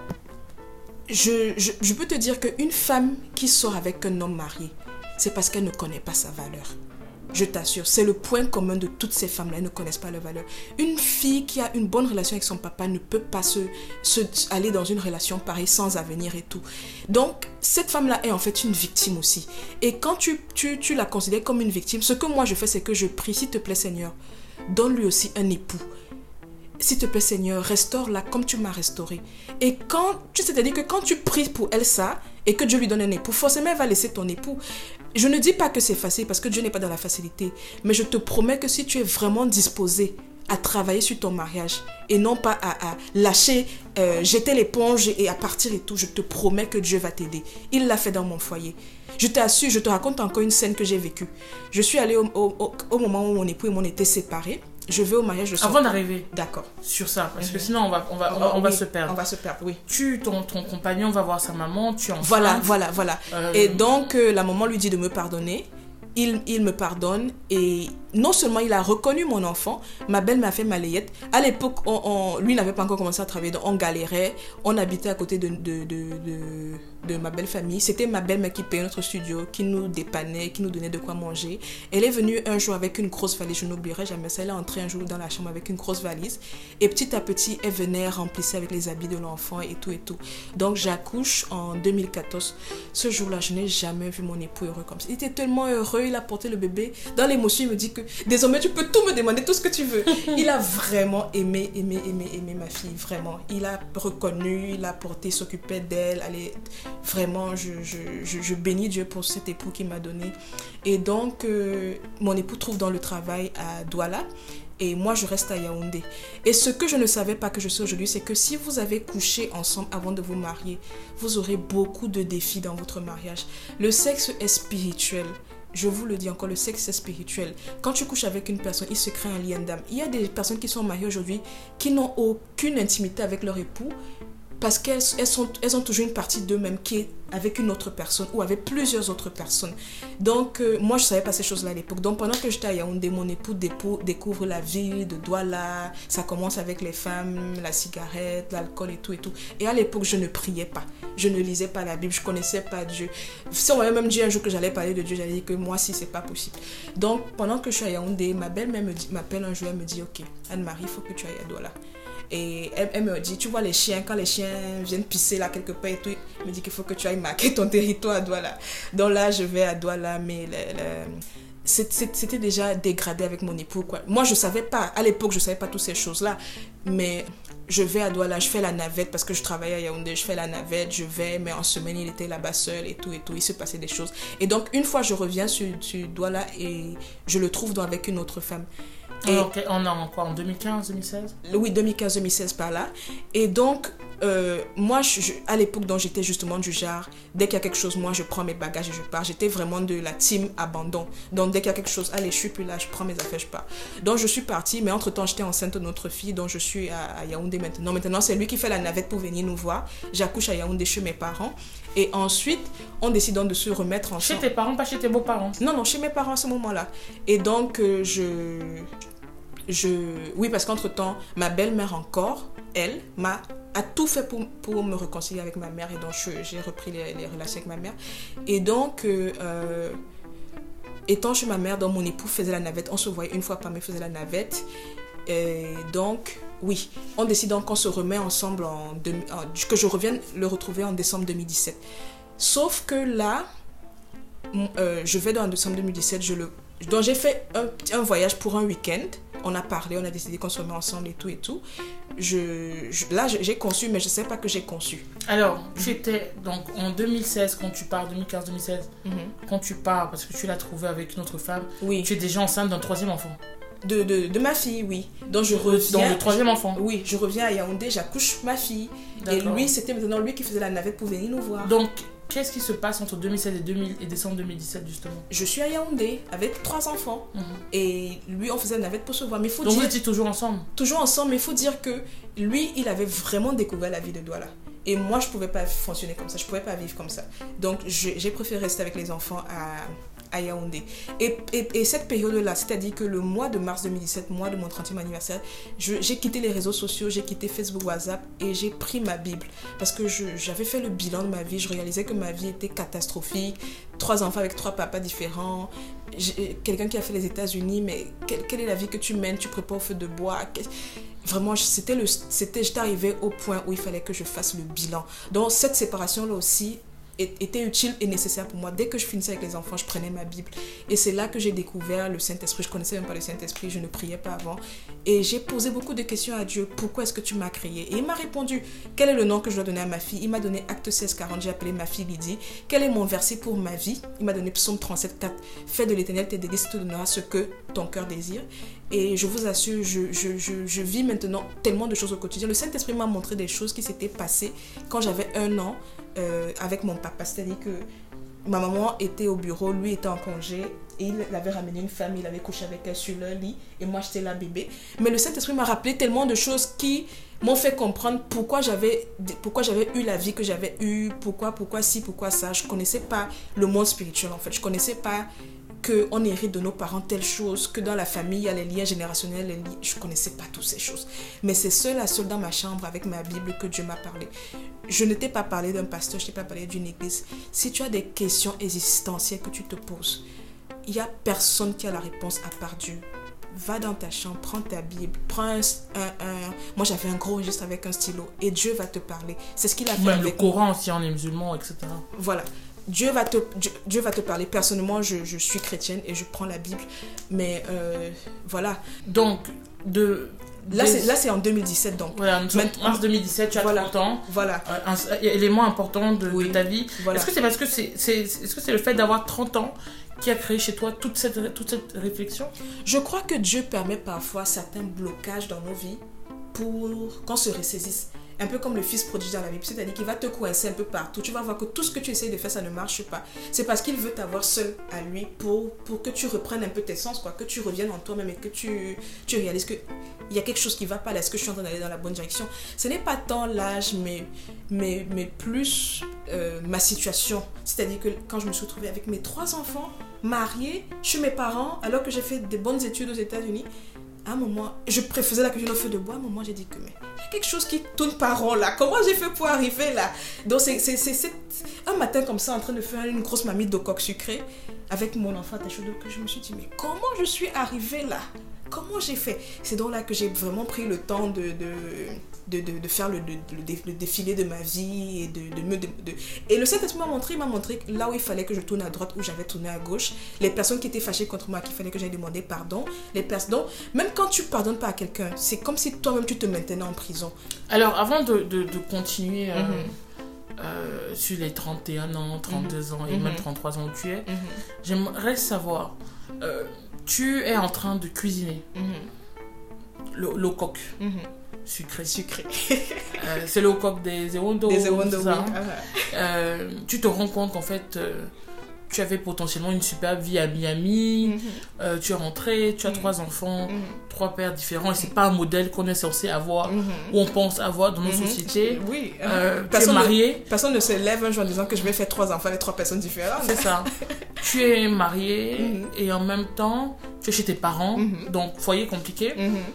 je peux te dire qu'une femme qui sort avec un homme marié, c'est parce qu'elle ne connaît pas sa valeur. Je t'assure, c'est le point commun de toutes ces femmes-là, elles ne connaissent pas leur valeur. Une fille qui a une bonne relation avec son papa ne peut pas aller dans une relation pareille sans avenir et tout. Donc, cette femme-là est en fait une victime aussi. Et quand tu la considères comme une victime, ce que moi je fais, c'est que je prie, s'il te plaît Seigneur, donne-lui aussi un époux. S'il te plaît Seigneur, restaure-la comme tu m'as restaurée. Et c'est-à-dire que quand tu pries pour elle ça, et que Dieu lui donne un époux, forcément elle va laisser ton époux. Je ne dis pas que c'est facile parce que Dieu n'est pas dans la facilité, mais je te promets que si tu es vraiment disposé à travailler sur ton mariage et non pas à lâcher, jeter l'éponge et à partir et tout, je te promets que Dieu va t'aider. Il l'a fait dans mon foyer. Je t'assure, je te raconte encore une scène que j'ai vécue. Je suis allée au moment où mon époux et moi on était séparés. Je vais au mariage de son... Avant d'arriver. D'accord. Sur ça, parce que sinon on va se perdre. On va se perdre, oui. Ton compagnon va voir sa maman, tu es enceinte. Voilà. Et donc, la maman lui dit de me pardonner. Il me pardonne et non seulement il a reconnu mon enfant, ma belle m'a fait malayette. À l'époque, lui n'avait pas encore commencé à travailler, donc on galérait. On habitait à côté de ma belle famille. C'était ma belle-mère qui payait notre studio, qui nous dépannait, qui nous donnait de quoi manger. Elle est venue un jour avec une grosse valise, je n'oublierai jamais ça. Elle est entrée un jour dans la chambre avec une grosse valise et petit à petit, elle venait remplissait avec les habits de l'enfant et tout et tout. Donc j'accouche en 2014. Ce jour-là, je n'ai jamais vu mon époux heureux comme ça. Il était tellement heureux, il a porté le bébé. Dans l'émotion, il me dit que désormais tu peux tout me demander, tout ce que tu veux. Il a vraiment aimé ma fille, vraiment. Il a reconnu, il a porté, s'occupait d'elle. Vraiment, je bénis Dieu pour cet époux qu'il m'a donné. Et donc, mon époux trouve dans le travail à Douala. Et moi, je reste à Yaoundé. Et ce que je ne savais pas que je sais aujourd'hui, c'est que si vous avez couché ensemble avant de vous marier, vous aurez beaucoup de défis dans votre mariage. Le sexe est spirituel. Je vous le dis encore, le sexe est spirituel. Quand tu couches avec une personne, il se crée un lien d'âme. Il y a des personnes qui sont mariées aujourd'hui qui n'ont aucune intimité avec leur époux. parce qu'elles ont toujours une partie d'eux-mêmes qui est avec une autre personne ou avec plusieurs autres personnes. Donc, moi, je ne savais pas ces choses-là à l'époque. Donc, pendant que j'étais à Yaoundé, mon époux découvre la ville de Douala. Ça commence avec les femmes, la cigarette, l'alcool et tout et tout. Et à l'époque, je ne priais pas. Je ne lisais pas la Bible. Je ne connaissais pas Dieu. Si on m'avait même dit un jour que j'allais parler de Dieu, j'allais dire que moi, si, c'est pas possible. Donc, pendant que je suis à Yaoundé, ma belle-mère m'appelle un jour, elle me dit, ok, Anne-Marie, il faut que tu ailles à Douala. Et elle me dit, tu vois les chiens, quand les chiens viennent pisser là quelque part et tout, elle me dit qu'il faut que tu ailles marquer ton territoire à Douala. Donc là, je vais à Douala, mais c'était déjà dégradé avec mon époux, quoi. Moi, je savais pas, à l'époque, je savais pas toutes ces choses-là, mais je vais à Douala, je fais la navette parce que je travaillais à Yaoundé, je fais la navette, je vais, mais en semaine, il était là-bas seul et tout, il se passait des choses. Et donc, une fois, je reviens sur Douala et je le trouve avec une autre femme. Et okay, on est en quoi, en 2015, 2016 ? Oui, 2015-2016 par là. Et donc, moi, à l'époque, dont j'étais justement du genre, dès qu'il y a quelque chose, moi, je prends mes bagages et je pars. J'étais vraiment de la team abandon. Donc, dès qu'il y a quelque chose, allez, je suis plus là, je prends mes affaires, je pars. Donc, je suis partie, mais entre-temps, j'étais enceinte de notre fille, donc je suis à Yaoundé maintenant. Maintenant, c'est lui qui fait la navette pour venir nous voir. J'accouche à Yaoundé chez mes parents. Et ensuite, on décide de se remettre ensemble. Chez tes parents, pas chez tes beaux-parents ? Non, chez mes parents à ce moment-là. Et donc, oui, parce qu'entre-temps, ma belle-mère encore, elle, a tout fait pour me réconcilier avec ma mère. Et donc, j'ai repris les relations avec ma mère. Et donc, étant chez ma mère, donc mon époux faisait la navette. On se voyait une fois par mois, faisait la navette. Et donc, oui, on décide donc qu'on se remet ensemble, que je revienne le retrouver en décembre 2017. Sauf que là, je vais en décembre 2017, donc j'ai fait un voyage pour un week-end. On a parlé, on a décidé qu'on se remet ensemble et tout et tout. Là, j'ai conçu, mais je ne sais pas que j'ai conçu. Alors, tu étais donc en 2016, quand tu pars, 2015-2016, quand tu pars, parce que tu l'as trouvé avec une autre femme, oui. Tu es déjà enceinte d'un troisième enfant. De ma fille, oui. Donc je reviens. Donc le troisième enfant. Oui, je reviens à Yaoundé, j'accouche ma fille. D'accord. Et lui, c'était maintenant lui qui faisait la navette pour venir nous voir. Donc, qu'est-ce qui se passe entre 2016 et décembre 2017 justement ? Je suis à Yaoundé avec 3 enfants. Et lui, on faisait la navette pour se voir. Mais faut donc dire, vous étiez toujours ensemble ? Toujours ensemble, mais il faut dire que lui, il avait vraiment découvert la vie de Douala. Et moi, je ne pouvais pas fonctionner comme ça, je ne pouvais pas vivre comme ça. Donc, j'ai préféré rester avec les enfants à Yaoundé. Et cette période-là, c'est-à-dire que le mois de mars 2017, mois de mon 30e anniversaire, j'ai quitté les réseaux sociaux, j'ai quitté Facebook, WhatsApp et j'ai pris ma Bible. Parce que j'avais fait le bilan de ma vie, je réalisais que ma vie était catastrophique. 3 enfants avec 3 papas différents. Quelqu'un qui a fait les États-Unis, mais quelle est la vie que tu mènes ? Tu prépares au feu de bois ? Vraiment, j'étais arrivée au point où il fallait que je fasse le bilan. Donc, cette séparation-là aussi était utile et nécessaire pour moi. Dès que je finissais avec les enfants, je prenais ma Bible. Et c'est là que j'ai découvert le Saint-Esprit. Je ne connaissais même pas le Saint-Esprit, je ne priais pas avant. Et j'ai posé beaucoup de questions à Dieu. Pourquoi est-ce que tu m'as créé ? Et il m'a répondu, quel est le nom que je dois donner à ma fille ? Il m'a donné Acte 16-40, j'ai appelé ma fille Lydie. Quel est mon verset pour ma vie ? Il m'a donné Psaume 37-4. Fais de l'Éternel tes délices, te donnera ce que ton cœur désire. Et je vous assure, je vis maintenant tellement de choses au quotidien. Le Saint-Esprit m'a montré des choses qui s'étaient passées quand j'avais 1 an avec mon papa. C'est-à-dire que ma maman était au bureau, lui était en congé et il avait ramené une femme, il avait couché avec elle sur leur lit et moi j'étais là bébé. Mais le Saint-Esprit m'a rappelé tellement de choses qui m'ont fait comprendre pourquoi j'avais eu la vie que j'avais eue, pourquoi ci, pourquoi ça. Je ne connaissais pas le monde spirituel en fait. Je ne connaissais pas qu'on hérite de nos parents telle chose, que dans la famille il y a les liens générationnels, je ne connaissais pas toutes ces choses. Mais c'est seul dans ma chambre avec ma Bible que Dieu m'a parlé. Je ne t'ai pas parlé d'un pasteur, je ne t'ai pas parlé d'une église. Si tu as des questions existentielles que tu te poses, il n'y a personne qui a la réponse à part Dieu. Va dans ta chambre, prends ta Bible, prends moi j'avais un gros registre avec un stylo et Dieu va te parler. C'est ce qu'il a fait avec le Coran si on est musulman, etc. Voilà. Dieu va te parler. Personnellement, je suis chrétienne et je prends la Bible. Mais voilà. Donc, Là, c'est en 2017. Donc. Voilà, mars 2017, tu as 30 ans. Voilà. Un élément important de ta vie. Voilà. Est-ce que c'est parce que est-ce que c'est le fait d'avoir 30 ans qui a créé chez toi toute cette réflexion ? Je crois que Dieu permet parfois certains blocages dans nos vies pour qu'on se ressaisisse. un peu comme le fils prodigue dans la Bible, c'est-à-dire qu'il va te coincer un peu partout. Tu vas voir que tout ce que tu essayes de faire, ça ne marche pas. C'est parce qu'il veut t'avoir seul à lui pour que tu reprennes un peu tes sens, quoi, que tu reviennes en toi-même et que tu réalises qu'il y a quelque chose qui ne va pas là. Est-ce que je suis en train d'aller dans la bonne direction? Ce n'est pas tant l'âge, mais plus ma situation. C'est-à-dire que quand je me suis retrouvée avec mes 3 enfants, mariée, chez mes parents, alors que j'ai fait des bonnes études aux États-Unis, à un moment, je faisais la cuisine au feu de bois. À un moment, j'ai dit que mais il y a quelque chose qui tourne pas rond là. Comment j'ai fait pour arriver là? Donc, c'est un matin comme ça, en train de faire une grosse marmite de coque sucrée avec mon enfant à tâche que je me suis dit, mais comment je suis arrivée là? Comment j'ai fait? C'est donc là que j'ai vraiment pris le temps de faire le défilé de ma vie et le Saint-Esprit m'a montré là où il fallait que je tourne à droite, où j'avais tourné à gauche, les personnes qui étaient fâchées contre moi, qu'il fallait que j'aille demander pardon, donc même quand tu pardonnes pas à quelqu'un, c'est comme si toi-même tu te maintenais en prison. Alors avant de continuer sur les 31 ans, 32 ans et même 33 ans où tu es, j'aimerais savoir, tu es en train de cuisiner le coq sucré. C'est le coq des Ewondo. Des Ewondo, oui. Tu te rends compte qu'en fait, tu avais potentiellement une superbe vie à Miami. Tu es rentré, tu as 3 enfants, 3 pères différents. Et c'est pas un modèle qu'on est censé avoir ou on pense avoir dans nos sociétés. Oui. Tu es marié. Personne ne se lève un jour en disant que je vais faire 3 enfants avec 3 personnes différentes. C'est ça. Tu es marié et en même temps, tu es chez tes parents. Donc, foyer compliqué.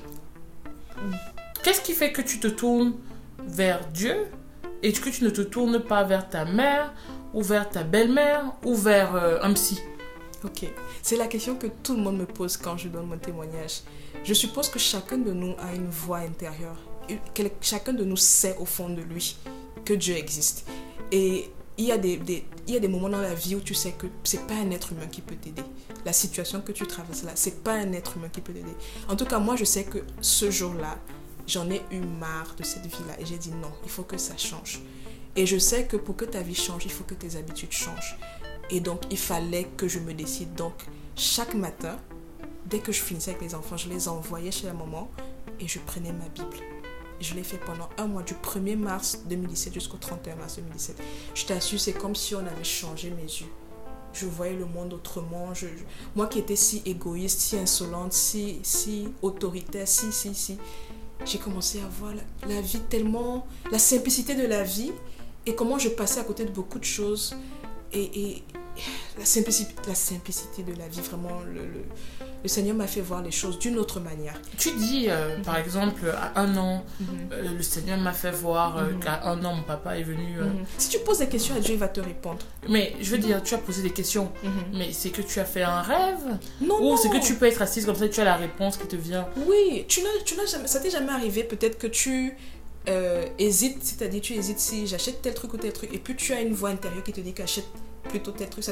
Qu'est-ce qui fait que tu te tournes vers Dieu et que tu ne te tournes pas vers ta mère ou vers ta belle-mère ou vers un psy? Ok, c'est la question que tout le monde me pose quand je donne mon témoignage. Je suppose que chacun de nous a une voix intérieure. Chacun de nous sait au fond de lui que Dieu existe. Et il y a des moments dans la vie où tu sais que c'est pas un être humain qui peut t'aider. La situation que tu traverses là, c'est pas un être humain qui peut t'aider. En tout cas, moi, je sais que ce jour-là, j'en ai eu marre de cette vie-là. Et j'ai dit non, il faut que ça change. Et je sais que pour que ta vie change, il faut que tes habitudes changent. Et donc, il fallait que je me décide. Donc, chaque matin, dès que je finissais avec les enfants, je les envoyais chez la maman et je prenais ma Bible. Je l'ai fait pendant un mois, du 1er mars 2017 jusqu'au 31 mars 2017. Je t'assure, c'est comme si on avait changé mes yeux. Je voyais le monde autrement. Moi qui étais si égoïste, si insolente, si autoritaire, si. J'ai commencé à voir la vie tellement... La simplicité de la vie et comment je passais à côté de beaucoup de choses. Et la simplicité de la vie, vraiment, le Seigneur m'a fait voir les choses d'une autre manière. Tu dis, par exemple, à 1 an, le Seigneur m'a fait voir qu'à 1 an, mon papa est venu... Si tu poses des questions à Dieu, il va te répondre. Mais je veux dire, tu as posé des questions, mais c'est que tu as fait un rêve? Non. Ou c'est que tu peux être assise comme ça et tu as la réponse qui te vient? Oui, ça t'est jamais arrivé, peut-être que tu... hésite, c'est-à-dire tu hésites si j'achète tel truc ou tel truc, et puis tu as une voix intérieure qui te dit qu'achète plutôt tel truc.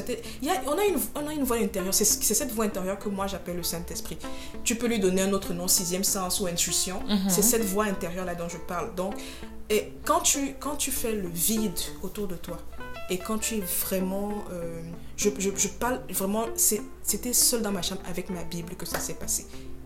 On a une voix intérieure, c'est cette voix intérieure que moi j'appelle le Saint-Esprit. Tu peux lui donner un autre nom, 6e sens ou intuition. C'est cette voix intérieure là dont je parle. Donc, et quand tu fais le vide autour de toi et quand tu es vraiment je parle vraiment, c'était seul dans ma chambre avec ma Bible que ça s'est passé.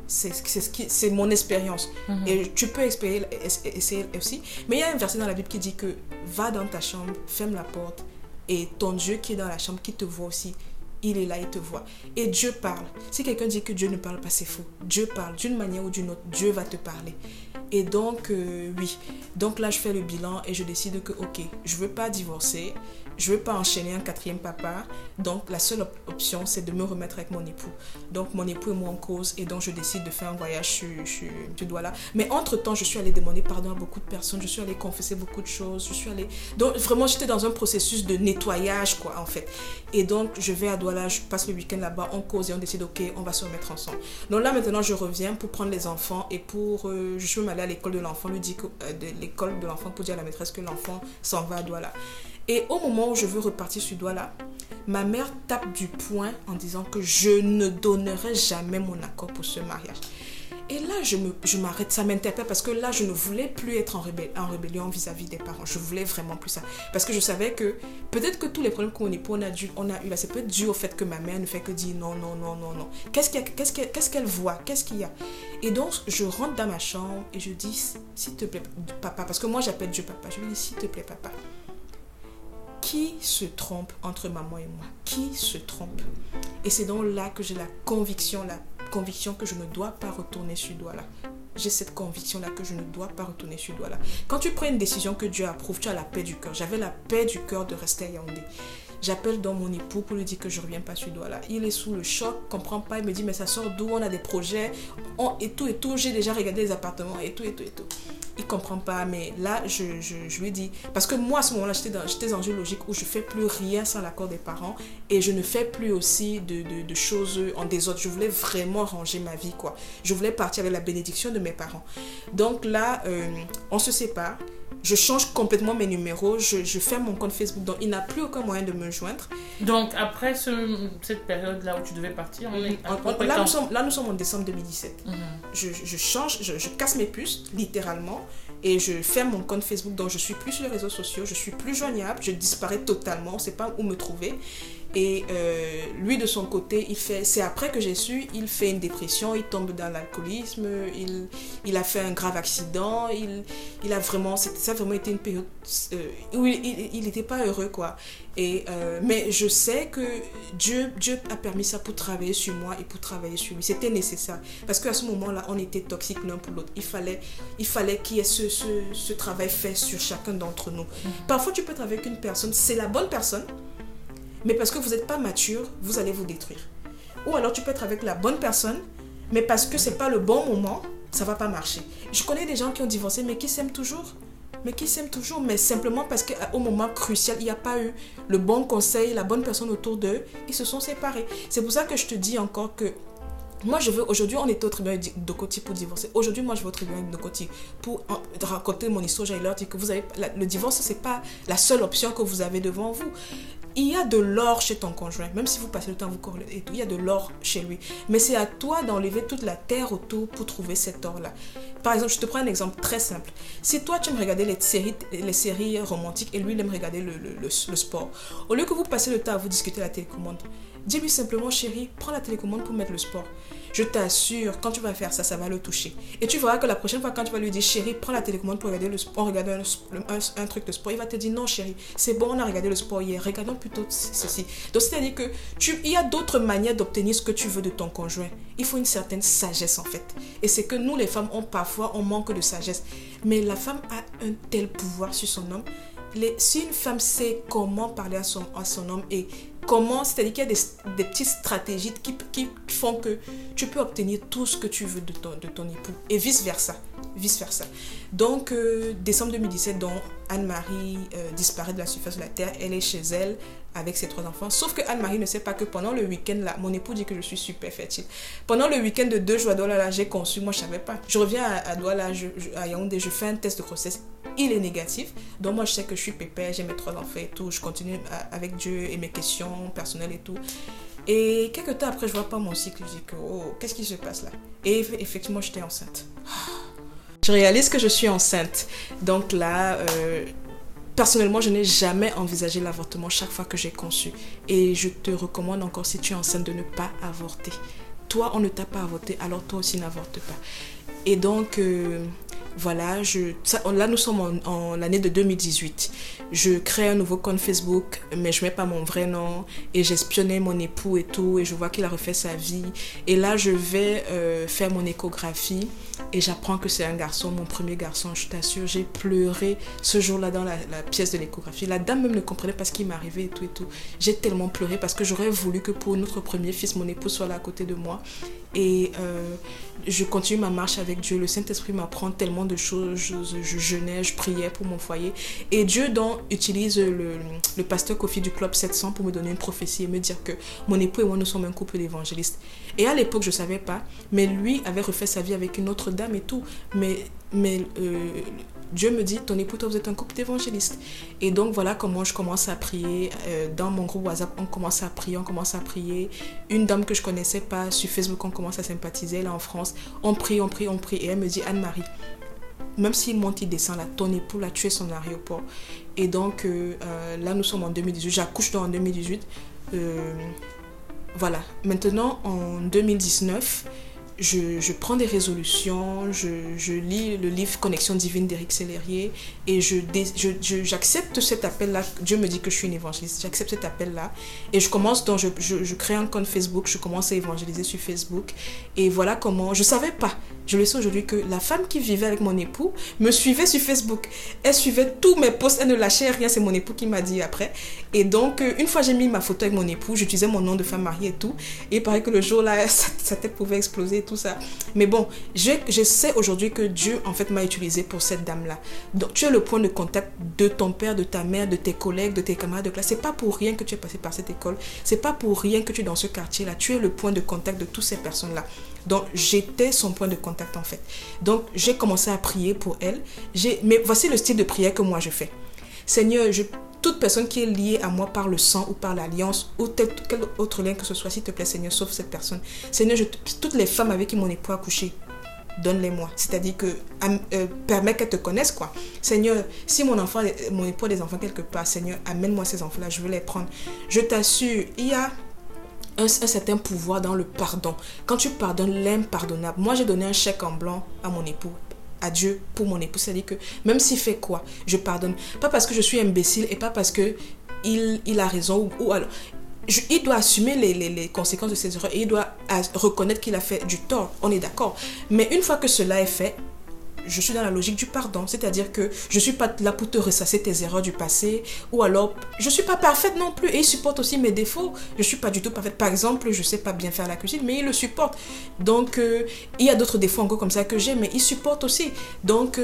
C'est mon expérience. Et tu peux essayer aussi. Mais il y a un verset dans la Bible qui dit que va dans ta chambre, ferme la porte et ton Dieu qui est dans la chambre, qui te voit aussi, il est là, il te voit. Et Dieu parle. Si quelqu'un dit que Dieu ne parle pas, c'est faux. Dieu parle d'une manière ou d'une autre. Dieu va te parler. Et donc, oui. Donc là, je fais le bilan et je décide que, ok, je ne veux pas divorcer. Je ne veux pas enchaîner un 4e papa. Donc, la seule option, c'est de me remettre avec mon époux. Donc, mon époux est moi en cause. Et donc, je décide de faire un voyage sur Douala. Mais entre-temps, je suis allée demander pardon à beaucoup de personnes. Je suis allée confesser beaucoup de choses. Donc, vraiment, j'étais dans un processus de nettoyage, quoi, en fait. Et donc, je vais à Douala. Je passe le week-end là-bas. On cause et on décide, ok, on va se remettre ensemble. Donc là, maintenant, je reviens pour prendre les enfants. Et je suis même allée à l'école de l'enfant. Lui dit que l'école de l'enfant pour dire à la maîtresse que l'enfant s'en va à Douala. Et au moment où je veux repartir sur Douala, ma mère tape du poing en disant que je ne donnerai jamais mon accord pour ce mariage. Et là, je m'arrête, ça m'interpelle parce que là, je ne voulais plus être en rébellion vis-à-vis des parents. Je voulais vraiment plus ça. Parce que je savais que peut-être que tous les problèmes que mon époux on a eu là, c'est peut-être dû au fait que ma mère ne fait que dire non. Qu'est-ce qu'elle voit? Qu'est-ce qu'il y a? Et donc, je rentre dans ma chambre et je dis, s'il te plaît, papa, parce que moi, j'appelle Dieu papa. Je lui dis, s'il te plaît, papa, qui se trompe entre maman et moi? Qui se trompe? Et c'est donc là que j'ai la conviction que je ne dois pas retourner sur Douala. J'ai cette conviction-là que je ne dois pas retourner sur Douala. Quand tu prends une décision que Dieu approuve, tu as la paix du cœur. J'avais la paix du cœur de rester à Yaoundé. J'appelle donc mon époux pour lui dire que je ne reviens pas sur Douala. Il est sous le choc, ne comprend pas. Il me dit, mais ça sort d'où? On a des projets, et tout. J'ai déjà regardé les appartements, et tout. Il ne comprend pas, mais là, je lui dis... Parce que moi, à ce moment-là, j'étais dans une logique où je ne fais plus rien sans l'accord des parents et je ne fais plus aussi de choses en désordre. Je voulais vraiment ranger ma vie, quoi. Je voulais partir avec la bénédiction de mes parents. Donc là, on se sépare. Je change complètement mes numéros. Je ferme mon compte Facebook. Donc, il n'a plus aucun moyen de me joindre. Donc, après cette période-là où tu devais partir, là, nous sommes en décembre 2017. Je change, je casse mes puces, littéralement. Et je ferme mon compte Facebook. Donc, je ne suis plus sur les réseaux sociaux. Je ne suis plus joignable. Je disparais totalement. On ne sait pas où me trouver. Et lui, de son côté, c'est après que j'ai su, il fait une dépression, il tombe dans l'alcoolisme, il a fait un grave accident, ça a vraiment été une période où il n'était pas heureux, quoi. Mais je sais que Dieu a permis ça pour travailler sur moi et pour travailler sur lui. C'était nécessaire. Parce qu'à ce moment-là, on était toxiques l'un pour l'autre. Il fallait qu'il y ait ce travail fait sur chacun d'entre nous. Parfois, tu peux travailler avec une personne, c'est la bonne personne, mais parce que vous n'êtes pas mature, vous allez vous détruire. Ou alors tu peux être avec la bonne personne, mais parce que ce n'est pas le bon moment, ça ne va pas marcher. Je connais des gens qui ont divorcé, mais qui s'aiment toujours. Mais simplement parce qu'au moment crucial, il n'y a pas eu le bon conseil, la bonne personne autour d'eux, ils se sont séparés. C'est pour ça que je te dis encore que moi, aujourd'hui, on était au tribunal de Coty pour divorcer. Aujourd'hui, moi, je vais au tribunal de Coty pour raconter mon histoire. J'allais leur dire que le divorce, ce n'est pas la seule option que vous avez devant vous. Il y a de l'or chez ton conjoint, même si vous passez le temps à vous corriger et tout, il y a de l'or chez lui. Mais c'est à toi d'enlever toute la terre autour pour trouver cet or-là. Par exemple, je te prends un exemple très simple. Si toi, tu aimes regarder les séries romantiques et lui, il aime regarder le sport, au lieu que vous passez le temps à vous discuter la télécommande, dis-lui simplement, chérie, prends la télécommande pour mettre le sport. Je t'assure, quand tu vas faire ça, ça va le toucher. Et tu verras que la prochaine fois, quand tu vas lui dire, chérie, prends la télécommande pour regarder le sport, regarder un truc de sport, il va te dire, non chérie, c'est bon, on a regardé le sport hier, regardons plutôt ceci. Donc, c'est-à-dire que il y a d'autres manières d'obtenir ce que tu veux de ton conjoint. Il faut une certaine sagesse, en fait. Et c'est que nous, les femmes, on manque de sagesse. Mais la femme a un tel pouvoir sur son homme. Si une femme sait comment parler à son homme et comment, c'est-à-dire qu'il y a des petites stratégies qui font que tu peux obtenir tout ce que tu veux de ton époux et vice-versa. Donc, décembre 2017, donc, Anne-Marie disparaît de la surface de la terre. Elle est chez elle avec ses 3 enfants. Sauf que Anne-Marie ne sait pas que pendant le week-end, là, mon époux dit que je suis super fertile. Pendant le week-end de 2 jours à Douala, là, j'ai conçu. Moi, je ne savais pas. Je reviens à Douala, à Yaoundé, je fais un test de grossesse. Il est négatif. Donc, moi, je sais que je suis pépère, j'ai mes 3 enfants et tout. Je continue avec Dieu et mes questions personnelles et tout. Et quelques temps après, je vois pas mon cycle. Je dis que, qu'est-ce qui se passe là? Et effectivement, j'étais enceinte. Je réalise que je suis enceinte. Donc là, personnellement, je n'ai jamais envisagé l'avortement chaque fois que j'ai conçu. Et je te recommande encore, si tu es enceinte, de ne pas avorter. Toi, on ne t'a pas avorté, alors toi aussi n'avorte pas. Et donc, voilà, là nous sommes en l'année de 2018. Je crée un nouveau compte Facebook, mais je ne mets pas mon vrai nom. Et j'espionnais mon époux et tout, et je vois qu'il a refait sa vie. Et là, je vais faire mon échographie. Et j'apprends que c'est un garçon, mon premier garçon, je t'assure. J'ai pleuré ce jour-là dans la pièce de l'échographie. La dame même ne comprenait pas ce qui m'arrivait et tout et tout. J'ai tellement pleuré parce que j'aurais voulu que pour notre premier fils, mon époux soit là à côté de moi. Et je continue ma marche avec Dieu. Le Saint-Esprit m'apprend tellement de choses. Je jeûnais, je priais pour mon foyer. Et Dieu donc utilise le pasteur Kofi du Club 700 pour me donner une prophétie et me dire que mon époux et moi, nous sommes un couple d'évangélistes. Et à l'époque, je ne savais pas. Mais lui avait refait sa vie avec une autre dame et tout. Mais mais Dieu me dit, ton époux, toi, vous êtes un couple d'évangélistes. Et donc, voilà comment je commence à prier. Dans mon groupe WhatsApp, on commence à prier. Une dame que je connaissais pas, sur Facebook, on commence à sympathiser, là en France. On prie. Et elle me dit, Anne-Marie, même s'il monte, il descend, là, ton époux l'a tué son aéroport. Et donc, là, nous sommes en 2018. J'accouche en 2018. Voilà. Maintenant, en 2019... Je prends des résolutions, je lis le livre Connexion divine d'Éric Sellerier et j'accepte cet appel-là. Dieu me dit que je suis une évangéliste. J'accepte cet appel-là et je commence, donc je crée un compte Facebook, je commence à évangéliser sur Facebook et voilà comment, je ne savais pas, je le sais aujourd'hui que la femme qui vivait avec mon époux me suivait sur Facebook. Elle suivait tous mes posts, elle ne lâchait rien, c'est mon époux qui m'a dit après. Et donc, une fois j'ai mis ma photo avec mon époux, j'utilisais mon nom de femme mariée et tout et il paraît que le jour-là, sa tête pouvait exploser. Tout ça. Mais bon, je sais aujourd'hui que Dieu en fait m'a utilisé pour cette dame-là. Donc tu es le point de contact de ton père, de ta mère, de tes collègues, de tes camarades de classe. C'est pas pour rien que tu es passé par cette école. C'est pas pour rien que tu es dans ce quartier-là. Tu es le point de contact de toutes ces personnes-là. Donc j'étais son point de contact en fait. Donc j'ai commencé à prier pour elle. Mais voici le style de prière que moi je fais. Seigneur, toute personne qui est liée à moi par le sang ou par l'alliance ou quel autre lien que ce soit, s'il te plaît, Seigneur, sauve cette personne. Seigneur, toutes les femmes avec qui mon époux a couché, donne-les-moi. C'est-à-dire que permets qu'elles te connaissent, quoi. Seigneur, si mon époux a des enfants quelque part, Seigneur, amène-moi ces enfants-là, je veux les prendre. Je t'assure, il y a un certain pouvoir dans le pardon. Quand tu pardonnes l'impardonnable, moi j'ai donné un chèque en blanc à mon époux. À Dieu pour mon époux, c'est-à-dire que même s'il fait quoi, je pardonne. Pas parce que je suis imbécile et pas parce que il a raison ou alors il doit assumer les conséquences de ses erreurs et il doit reconnaître qu'il a fait du tort, on est d'accord. Mais une fois que cela est fait, je suis dans la logique du pardon, c'est-à-dire que je ne suis pas là pour te ressasser tes erreurs du passé, ou alors je ne suis pas parfaite non plus, et il supporte aussi mes défauts, je ne suis pas du tout parfaite. Par exemple, je ne sais pas bien faire la cuisine, mais il le supporte. Donc, il y a d'autres défauts encore comme ça que j'ai, mais il supporte aussi. Donc,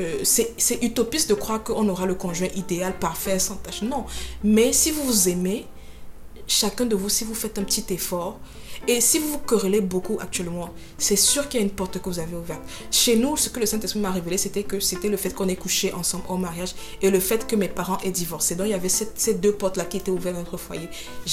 c'est utopiste de croire qu'on aura le conjoint idéal, parfait, sans tâche. Non, mais si vous vous aimez, chacun de vous, si vous faites un petit effort, et si vous vous querellez beaucoup actuellement, c'est sûr qu'il y a une porte que vous avez ouverte. Chez nous, ce que le Saint-Esprit m'a révélé, c'était le fait qu'on ait couché ensemble en mariage et le fait que mes parents aient divorcé. Donc, il y avait ces deux portes-là qui étaient ouvertes dans notre foyer.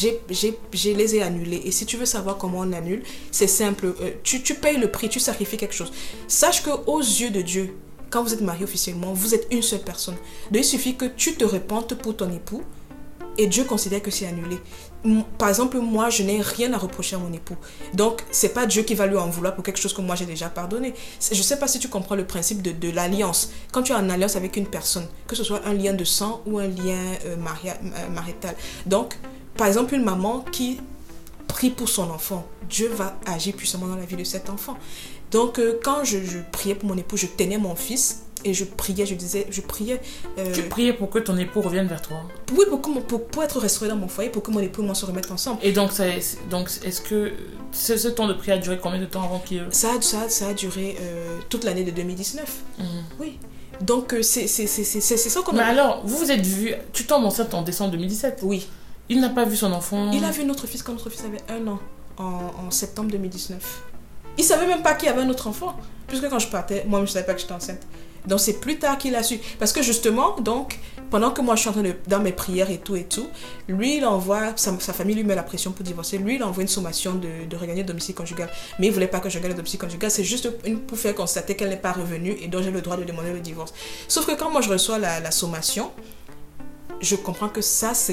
Je les ai annulées. Et si tu veux savoir comment on annule, c'est simple. Tu payes le prix, tu sacrifies quelque chose. Sache qu'aux yeux de Dieu, quand vous êtes marié officiellement, vous êtes une seule personne. Donc, il suffit que tu te repentes pour ton époux et Dieu considère que c'est annulé. Par exemple, moi, je n'ai rien à reprocher à mon époux. Donc, c'est pas Dieu qui va lui en vouloir pour quelque chose que moi, j'ai déjà pardonné. Je sais pas si tu comprends le principe de l'alliance. Quand tu es en alliance avec une personne, que ce soit un lien de sang ou un lien marital. Donc, par exemple, une maman qui prie pour son enfant, Dieu va agir puissamment dans la vie de cet enfant. Donc, quand je priais pour mon époux, je tenais mon fils et je priais. Tu priais pour que ton époux revienne vers toi? Oui, pour être restauré dans mon foyer, pour que mon époux et moi se remettent ensemble. Et donc, est-ce que ce temps de prière a duré combien de temps avant qu'il... Ça a duré toute l'année de 2019. Oui. Donc, c'est ça qu'on a... Mais alors, vous êtes vus... Tu tombes enceinte en décembre 2017? Oui. Il n'a pas vu son enfant? Il a vu notre fils quand notre fils avait 1 an, en septembre 2019. Il ne savait même pas qu'il y avait un autre enfant. Puisque quand je partais, moi, je ne savais pas que j'étais enceinte. Donc, c'est plus tard qu'il a su. Parce que justement, donc, pendant que moi, je suis en train dans mes prières et tout, lui, il envoie, sa famille lui met la pression pour divorcer. Lui, il envoie une sommation de regagner le domicile conjugal. Mais il ne voulait pas que je regagne le domicile conjugal. C'est juste pour faire constater qu'elle n'est pas revenue et donc j'ai le droit de demander le divorce. Sauf que quand moi, je reçois la sommation, je comprends que ça, c'est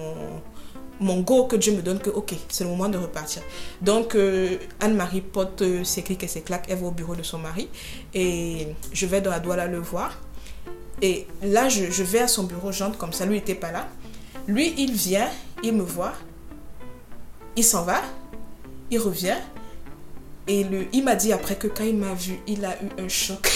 mon go que Dieu me donne, que ok, c'est le moment de repartir. Donc Anne-Marie porte ses clics et ses claques, elle va au bureau de son mari et je vais dans la Douala le voir. Et là, je vais à son bureau, j'entre comme ça, lui n'était pas là. Lui, il vient, il me voit, il s'en va, il revient et il m'a dit après que quand il m'a vu, il a eu un choc.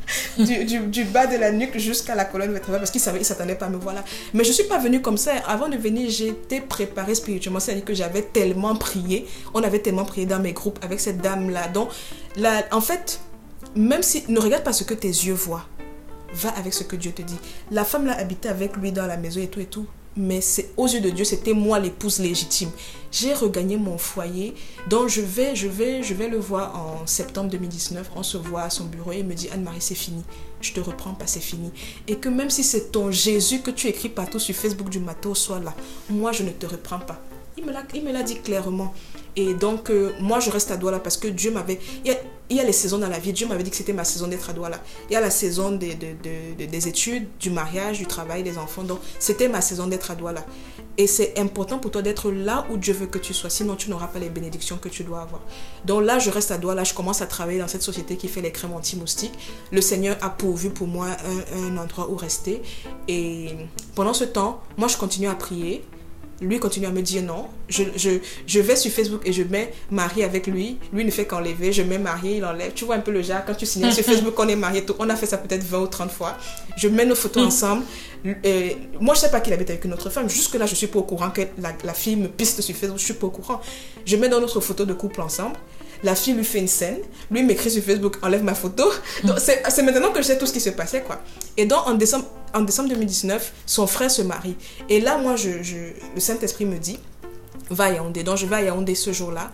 du bas de la nuque jusqu'à la colonne vertébrale parce qu'il s'attendait pas à me voir là. Mais je suis pas venue comme ça. Avant de venir, j'étais préparée spirituellement. C'est-à-dire que j'avais tellement prié. On avait tellement prié dans mes groupes avec cette dame-là. Donc, là, en fait, même si... Ne regarde pas ce que tes yeux voient. Va avec ce que Dieu te dit. La femme là habitait avec lui dans la maison et tout. mais aux yeux de Dieu, c'était moi l'épouse légitime. J'ai regagné mon foyer, donc je vais le voir en septembre 2019. On se voit à son bureau et il me dit, Anne-Marie, c'est fini. Je te reprends pas, c'est fini. Et que même si c'est ton Jésus que tu écris partout sur Facebook du matin au soir là, moi je ne te reprends pas. Il me l'a dit clairement. Et donc, moi, je reste à Douala parce que Dieu m'avait... Il y a les saisons dans la vie. Dieu m'avait dit que c'était ma saison d'être à Douala. Il y a la saison des études, du mariage, du travail, des enfants. Donc, c'était ma saison d'être à Douala. Et c'est important pour toi d'être là où Dieu veut que tu sois. Sinon, tu n'auras pas les bénédictions que tu dois avoir. Donc là, je reste à Douala. Je commence à travailler dans cette société qui fait les crèmes anti-moustiques. Le Seigneur a pourvu pour moi un endroit où rester. Et pendant ce temps, moi, je continue à prier. Lui continue à me dire non. Je vais sur Facebook et je mets Marie avec lui. Lui ne fait qu'enlever. Je mets Marie, il enlève. Tu vois un peu le genre, quand tu signales sur Facebook qu'on est mariés, on a fait ça peut-être 20 ou 30 fois. Je mets nos photos ensemble. Moi, je ne sais pas qu'il habite avec une autre femme. Jusque-là, je ne suis pas au courant que la fille me piste sur Facebook. Je ne suis pas au courant. Je mets dans notre photo de couple ensemble. La fille lui fait une scène. Lui m'écrit sur Facebook, enlève ma photo. Donc, c'est maintenant que je sais tout ce qui se passait, quoi. Et donc, en décembre 2019, son frère se marie. Et là, moi, le Saint-Esprit me dit, va à Yaoundé. Donc, je vais à Yaoundé ce jour-là.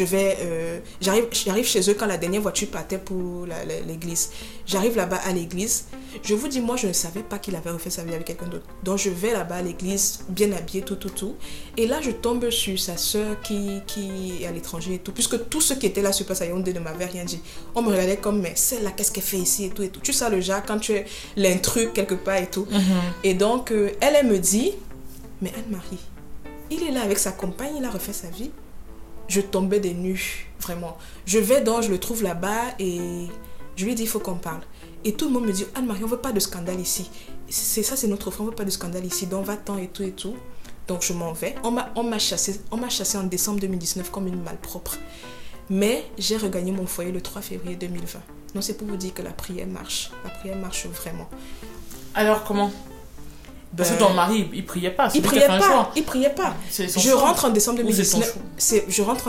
J'arrive chez eux quand la dernière voiture partait pour l'église. J'arrive là-bas à l'église. Je vous dis, moi, je ne savais pas qu'il avait refait sa vie avec quelqu'un d'autre. Donc, je vais là-bas à l'église, bien habillée, tout. Et là, je tombe sur sa sœur qui est à l'étranger et tout. Puisque tous ceux qui étaient là sur place à Yaoundé ne m'avaient rien dit. On me regardait comme, mais celle-là, qu'est-ce qu'elle fait ici et tout. Tu sais le genre, quand tu es l'intrus quelque part et tout. Et donc, elle me dit, mais Anne-Marie, il est là avec sa compagne, il a refait sa vie. Je tombais des nues, vraiment. Je le trouve là-bas et je lui dis, il faut qu'on parle. Et tout le monde me dit, Anne-Marie, on ne veut pas de scandale ici. C'est notre frère, on ne veut pas de scandale ici. Donc va-t'en et tout. Donc je m'en vais. On m'a chassé en décembre 2019 comme une malpropre. Mais j'ai regagné mon foyer le 3 février 2020. Donc c'est pour vous dire que la prière marche. La prière marche vraiment. Alors comment ? Parce que ton mari, il priait pas. Il priait pas. Je rentre en décembre 2019. Je rentre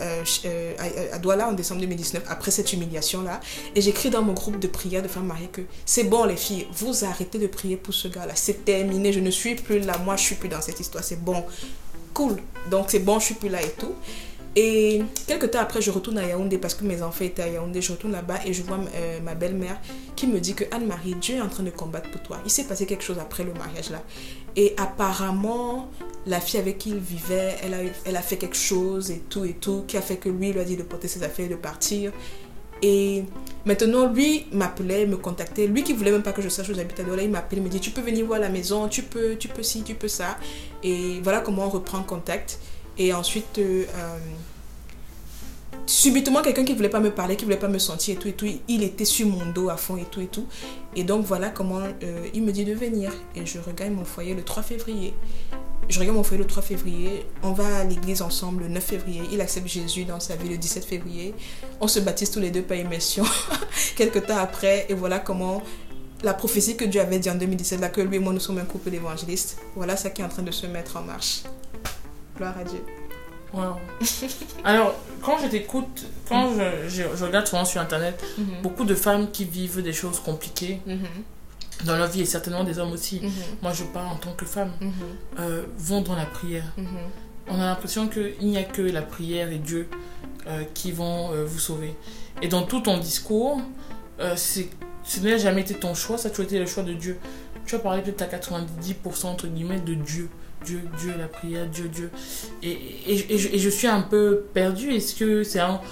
à Douala en décembre 2019 après cette humiliation-là. Et j'écris dans mon groupe de prière de femmes mariées que c'est bon les filles, vous arrêtez de prier pour ce gars-là. C'est terminé, je ne suis plus là. Moi, je suis plus dans cette histoire. C'est bon. Cool. Donc c'est bon, je suis plus là et tout. Et quelques temps après, je retourne à Yaoundé parce que mes enfants étaient à Yaoundé. Je retourne là-bas et je vois ma belle-mère qui me dit que Anne-Marie, Dieu est en train de combattre pour toi. Il s'est passé quelque chose après le mariage là. Et apparemment, la fille avec qui il vivait, elle a fait quelque chose et tout, qui a fait que lui a dit de porter ses affaires et de partir. Et maintenant, lui m'appelait, me contactait. Lui qui voulait même pas que je sache où j'habite à Douala, il m'appelait, il me dit tu peux venir voir la maison, tu peux ci, tu peux ça. Et voilà comment on reprend contact. Et ensuite, subitement, quelqu'un qui ne voulait pas me parler, qui ne voulait pas me sentir et tout, il était sur mon dos à fond et tout. Et donc, voilà comment il me dit de venir. Et je regagne mon foyer le 3 février. On va à l'église ensemble le 9 février. Il accepte Jésus dans sa vie le 17 février. On se baptise tous les deux par immersion quelques temps après. Et voilà comment la prophétie que Dieu avait dit en 2017, là, que lui et moi, nous sommes un couple d'évangélistes. Voilà ça qui est en train de se mettre en marche. Gloire à Dieu. Wow. Alors, quand je t'écoute, quand je regarde souvent sur Internet, beaucoup de femmes qui vivent des choses compliquées dans leur vie, et certainement des hommes aussi, moi je parle en tant que femme, vont dans la prière. On a l'impression qu'il n'y a que la prière et Dieu qui vont vous sauver. Et dans tout ton discours, ce n'a jamais été ton choix, ça a toujours été le choix de Dieu. Tu as parlé peut-être à 90% entre guillemets de Dieu. Dieu, la prière, Dieu. Et je suis un peu perdue. Est-ce que c'est un...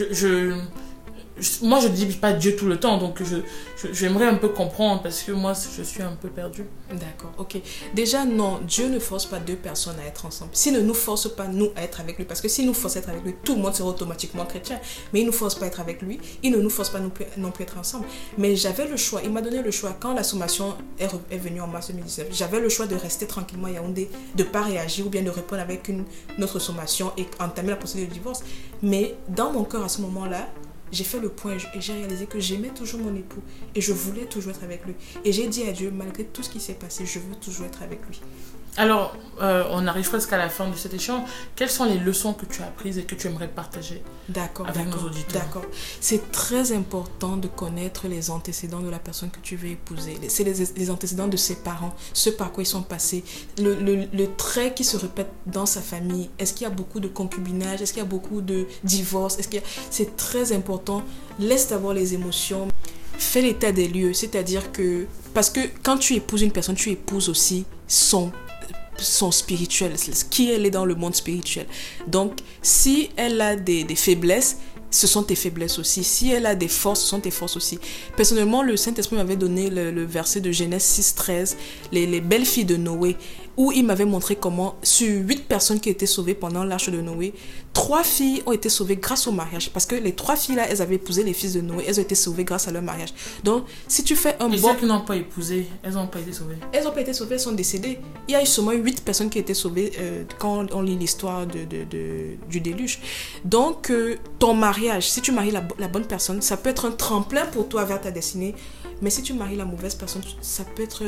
moi, je ne dis pas Dieu tout le temps, donc j'aimerais un peu comprendre parce que moi, je suis un peu perdue. D'accord, ok. Déjà, non, Dieu ne force pas deux personnes à être ensemble. S'il ne nous force pas, nous, à être avec lui, parce que s'il nous force à être avec lui, tout le monde serait automatiquement chrétien. Mais il ne nous force pas à être avec lui, il ne nous force pas non plus être ensemble. Mais j'avais le choix, il m'a donné le choix. Quand la sommation est venue en mars 2019, j'avais le choix de rester tranquillement à Yaoundé, de ne pas réagir ou bien de répondre avec une autre sommation et entamer la procédure de divorce. Mais dans mon cœur, à ce moment-là, j'ai fait le point et j'ai réalisé que j'aimais toujours mon époux et je voulais toujours être avec lui. Et j'ai dit à Dieu, malgré tout ce qui s'est passé, je veux toujours être avec lui. Alors, on arrive presque à la fin de cet échange. Quelles sont les leçons que tu as apprises et que tu aimerais partager avec nos auditeurs? D'accord. C'est très important de connaître les antécédents de la personne que tu veux épouser. C'est les antécédents de ses parents, ce par quoi ils sont passés, le trait qui se répète dans sa famille. Est-ce qu'il y a beaucoup de concubinage? Est-ce qu'il y a beaucoup de divorces? C'est très important. Laisse d'abord les émotions. Fais l'état des lieux, c'est-à-dire que... Parce que quand tu épouses une personne, tu épouses aussi son spirituel, qui elle est dans le monde spirituel. Donc, si elle a des faiblesses, ce sont tes faiblesses aussi. Si elle a des forces, ce sont tes forces aussi. Personnellement, le Saint-Esprit m'avait donné le verset de Genèse 6:13, les belles filles de Noé, où il m'avait montré comment, sur 8 personnes qui étaient sauvées pendant l'arche de Noé, 3 filles ont été sauvées grâce au mariage. Parce que les 3 filles-là, elles avaient épousé les fils de Noé, elles ont été sauvées grâce à leur mariage. Donc, si tu fais un Et bon... celles qui n'ont pas épousé, elles n'ont pas été sauvées? Elles n'ont pas été sauvées, elles sont décédées. Il y a eu seulement 8 personnes qui ont été sauvées quand on lit l'histoire du déluge. Donc, ton mariage, si tu maries la bonne personne, ça peut être un tremplin pour toi vers ta destinée. Mais si tu maries la mauvaise personne, ça peut être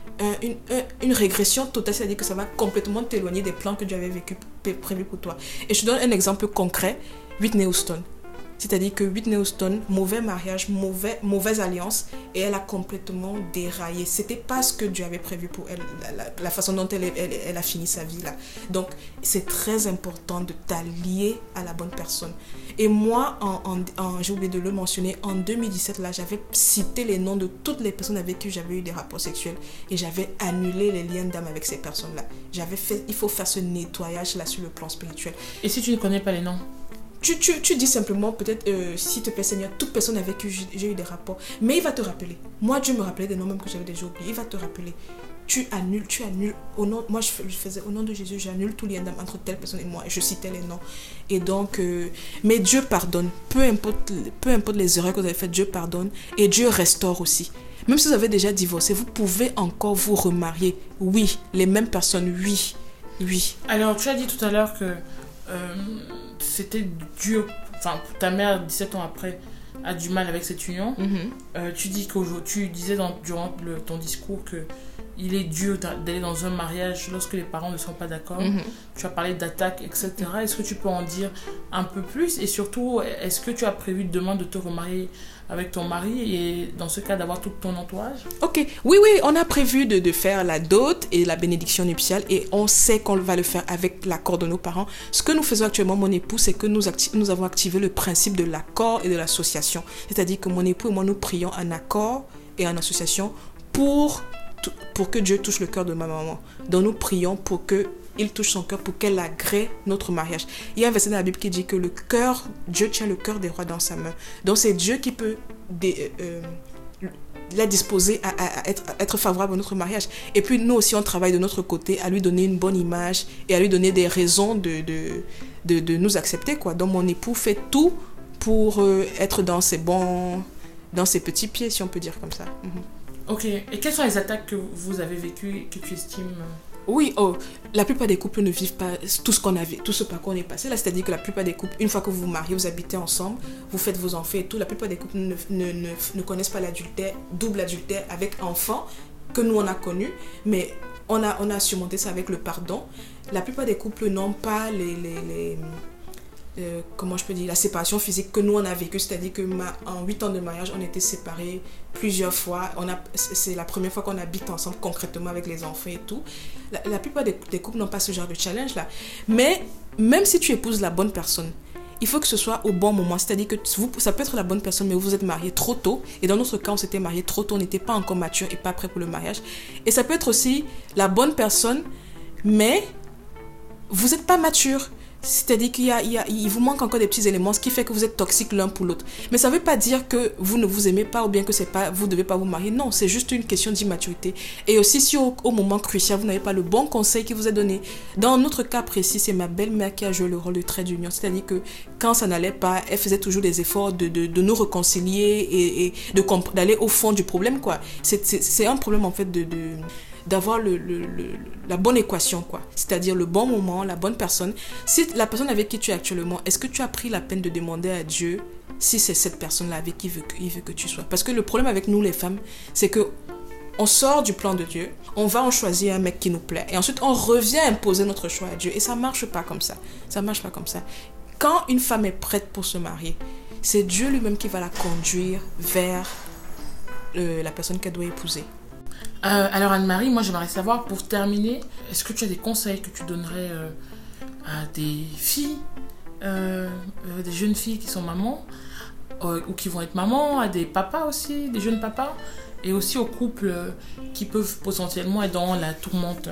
une régression totale, c'est-à-dire que ça va complètement t'éloigner des plans que tu avais prévus pour toi. Et je te donne un exemple concret, Whitney Houston. C'est-à-dire que Whitney Houston, mauvais mariage, mauvaise alliance, et elle a complètement déraillé. C'était pas ce que Dieu avait prévu pour elle, la façon dont elle a fini sa vie là. Donc, c'est très important de t'allier à la bonne personne. Et moi, j'ai oublié de le mentionner, en 2017, là, j'avais cité les noms de toutes les personnes avec qui j'avais eu des rapports sexuels, et j'avais annulé les liens d'âme avec ces personnes-là. Il faut faire ce nettoyage là sur le plan spirituel. Et si tu ne connais pas les noms? Tu dis simplement, peut-être, s'il te plaît Seigneur, toute personne avec qui j'ai eu des rapports. Mais il va te rappeler. Moi, Dieu me rappelait des noms même que j'avais déjà oubliés. Il va te rappeler. Tu annules. Au nom, moi, je faisais, au nom de Jésus, j'annule tout lien d'âme entre telle personne et moi. Et je citais les noms. Et donc, mais Dieu pardonne. Peu importe les erreurs que vous avez faites, Dieu pardonne. Et Dieu restaure aussi. Même si vous avez déjà divorcé, vous pouvez encore vous remarier. Oui, les mêmes personnes, oui. Alors, tu as dit tout à l'heure que... c'était dur, enfin ta mère 17 ans après a du mal avec cette union. Tu disais durant ton discours que il est dur d'aller dans un mariage lorsque les parents ne sont pas d'accord. Tu as parlé d'attaque, etc. Est-ce que tu peux en dire un peu plus? Et surtout, est-ce que tu as prévu demain de te remarier avec ton mari et dans ce cas d'avoir tout ton entourage? Ok, oui, on a prévu de faire la dot et la bénédiction nuptiale, et on sait qu'on va le faire avec l'accord de nos parents. Ce que nous faisons actuellement, mon époux, c'est que nous avons activé le principe de l'accord et de l'association. C'est-à-dire que mon époux et moi, nous prions en accord et en association pour que Dieu touche le cœur de ma maman. Donc nous prions pour qu'il touche son cœur, pour qu'elle agrée notre mariage. Il y a un verset dans la Bible qui dit que Dieu tient le cœur des rois dans sa main. Donc c'est Dieu qui peut la disposer à être favorable à notre mariage. Et puis nous aussi, on travaille de notre côté à lui donner une bonne image et à lui donner des raisons de nous accepter, quoi. Donc mon époux fait tout pour être dans ses petits pieds, si on peut dire comme ça. Ok. Et quelles sont les attaques que vous avez vécues et que tu estimes... Oui, la plupart des couples ne vivent pas tout ce par quoi on est passé. Là, c'est-à-dire que la plupart des couples, une fois que vous vous mariez, vous habitez ensemble, vous faites vos enfants et tout, la plupart des couples ne connaissent pas l'adultère, double adultère avec enfants, que nous on a connu, mais on a surmonté ça avec le pardon. La plupart des couples n'ont pas comment je peux dire, la séparation physique que nous on a vécu, c'est-à-dire que en 8 ans de mariage, on était séparés plusieurs fois. C'est la première fois qu'on habite ensemble concrètement avec les enfants et tout. La plupart des couples n'ont pas ce genre de challenge là. Mais même si tu épouses la bonne personne, il faut que ce soit au bon moment. C'est-à-dire que ça peut être la bonne personne, mais vous êtes mariés trop tôt. Et dans notre cas, on s'était mariés trop tôt, on n'était pas encore mature et pas prêt pour le mariage. Et ça peut être aussi la bonne personne, mais vous n'êtes pas mature. C'est-à-dire qu'il vous manque encore des petits éléments, ce qui fait que vous êtes toxiques l'un pour l'autre. Mais ça ne veut pas dire que vous ne vous aimez pas ou bien que vous ne devez pas vous marier. Non, c'est juste une question d'immaturité. Et aussi, si au moment crucial, vous n'avez pas le bon conseil qui vous est donné. Dans notre cas précis, c'est ma belle-mère qui a joué le rôle de trait d'union. C'est-à-dire que quand ça n'allait pas, elle faisait toujours des efforts de nous réconcilier et d'aller au fond du problème, quoi. C'est un problème, en fait, d'avoir la bonne équation, quoi. C'est-à-dire le bon moment, la bonne personne. Si la personne avec qui tu es actuellement, est-ce que tu as pris la peine de demander à Dieu si c'est cette personne-là avec qui il veut que tu sois? Parce que le problème avec nous, les femmes, c'est que On sort du plan de Dieu, on va en choisir un mec qui nous plaît, et ensuite on revient imposer notre choix à Dieu. Et ça marche pas comme ça. Ça marche pas comme ça. Quand une femme est prête pour se marier, c'est Dieu lui-même qui va la conduire vers la personne qu'elle doit épouser. Alors Anne-Marie, moi j'aimerais savoir, pour terminer, est-ce que tu as des conseils que tu donnerais à des filles, des jeunes filles qui sont mamans, ou qui vont être mamans, à des papas aussi, des jeunes papas, et aussi aux couples qui peuvent potentiellement être dans la tourmente?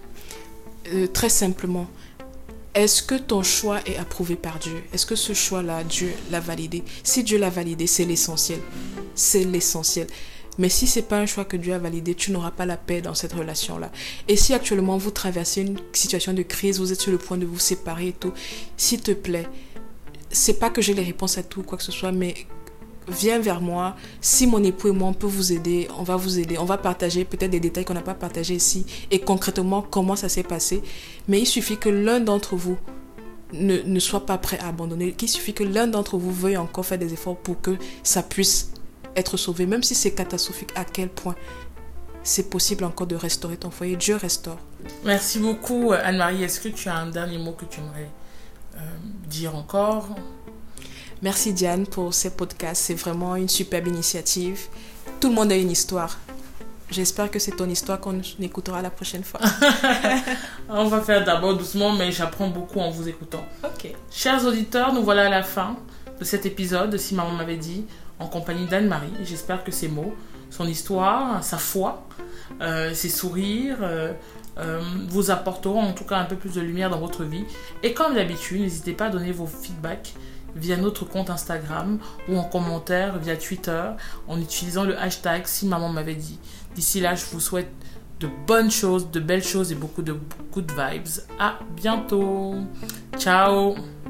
Très simplement, est-ce que ton choix est approuvé par Dieu? Est-ce que ce choix-là, Dieu l'a validé? Si Dieu l'a validé, c'est l'essentiel. C'est l'essentiel. Mais si ce n'est pas un choix que Dieu a validé, tu n'auras pas la paix dans cette relation-là. Et si actuellement vous traversez une situation de crise, vous êtes sur le point de vous séparer et tout, s'il te plaît, c'est pas que j'ai les réponses à tout, quoi que ce soit, mais viens vers moi. Si mon époux et moi, on peut vous aider, on va vous aider. On va partager peut-être des détails qu'on n'a pas partagés ici et concrètement comment ça s'est passé. Mais il suffit que l'un d'entre vous ne soit pas prêt à abandonner, qu'il suffit que l'un d'entre vous veuille encore faire des efforts pour que ça puisse être sauvé, même si c'est catastrophique, à quel point c'est possible encore de restaurer ton foyer. Dieu restaure. Merci beaucoup Anne-Marie. Est-ce que tu as un dernier mot que tu aimerais dire encore? Merci Diane pour ces podcasts, c'est vraiment une superbe initiative. Tout le monde a une histoire. J'espère que c'est ton histoire qu'on écoutera la prochaine fois. On va faire d'abord doucement, mais j'apprends beaucoup en vous écoutant. Ok. Chers auditeurs, nous voilà à la fin de cet épisode de Si Maman m'avait dit, en compagnie d'Anne-Marie. J'espère que ses mots, son histoire, sa foi, ses sourires vous apporteront en tout cas un peu plus de lumière dans votre vie. Et comme d'habitude, n'hésitez pas à donner vos feedbacks via notre compte Instagram ou en commentaire via Twitter en utilisant le hashtag Si Maman m'avait dit. D'ici là, je vous souhaite de bonnes choses, de belles choses et beaucoup de good vibes. À bientôt. Ciao.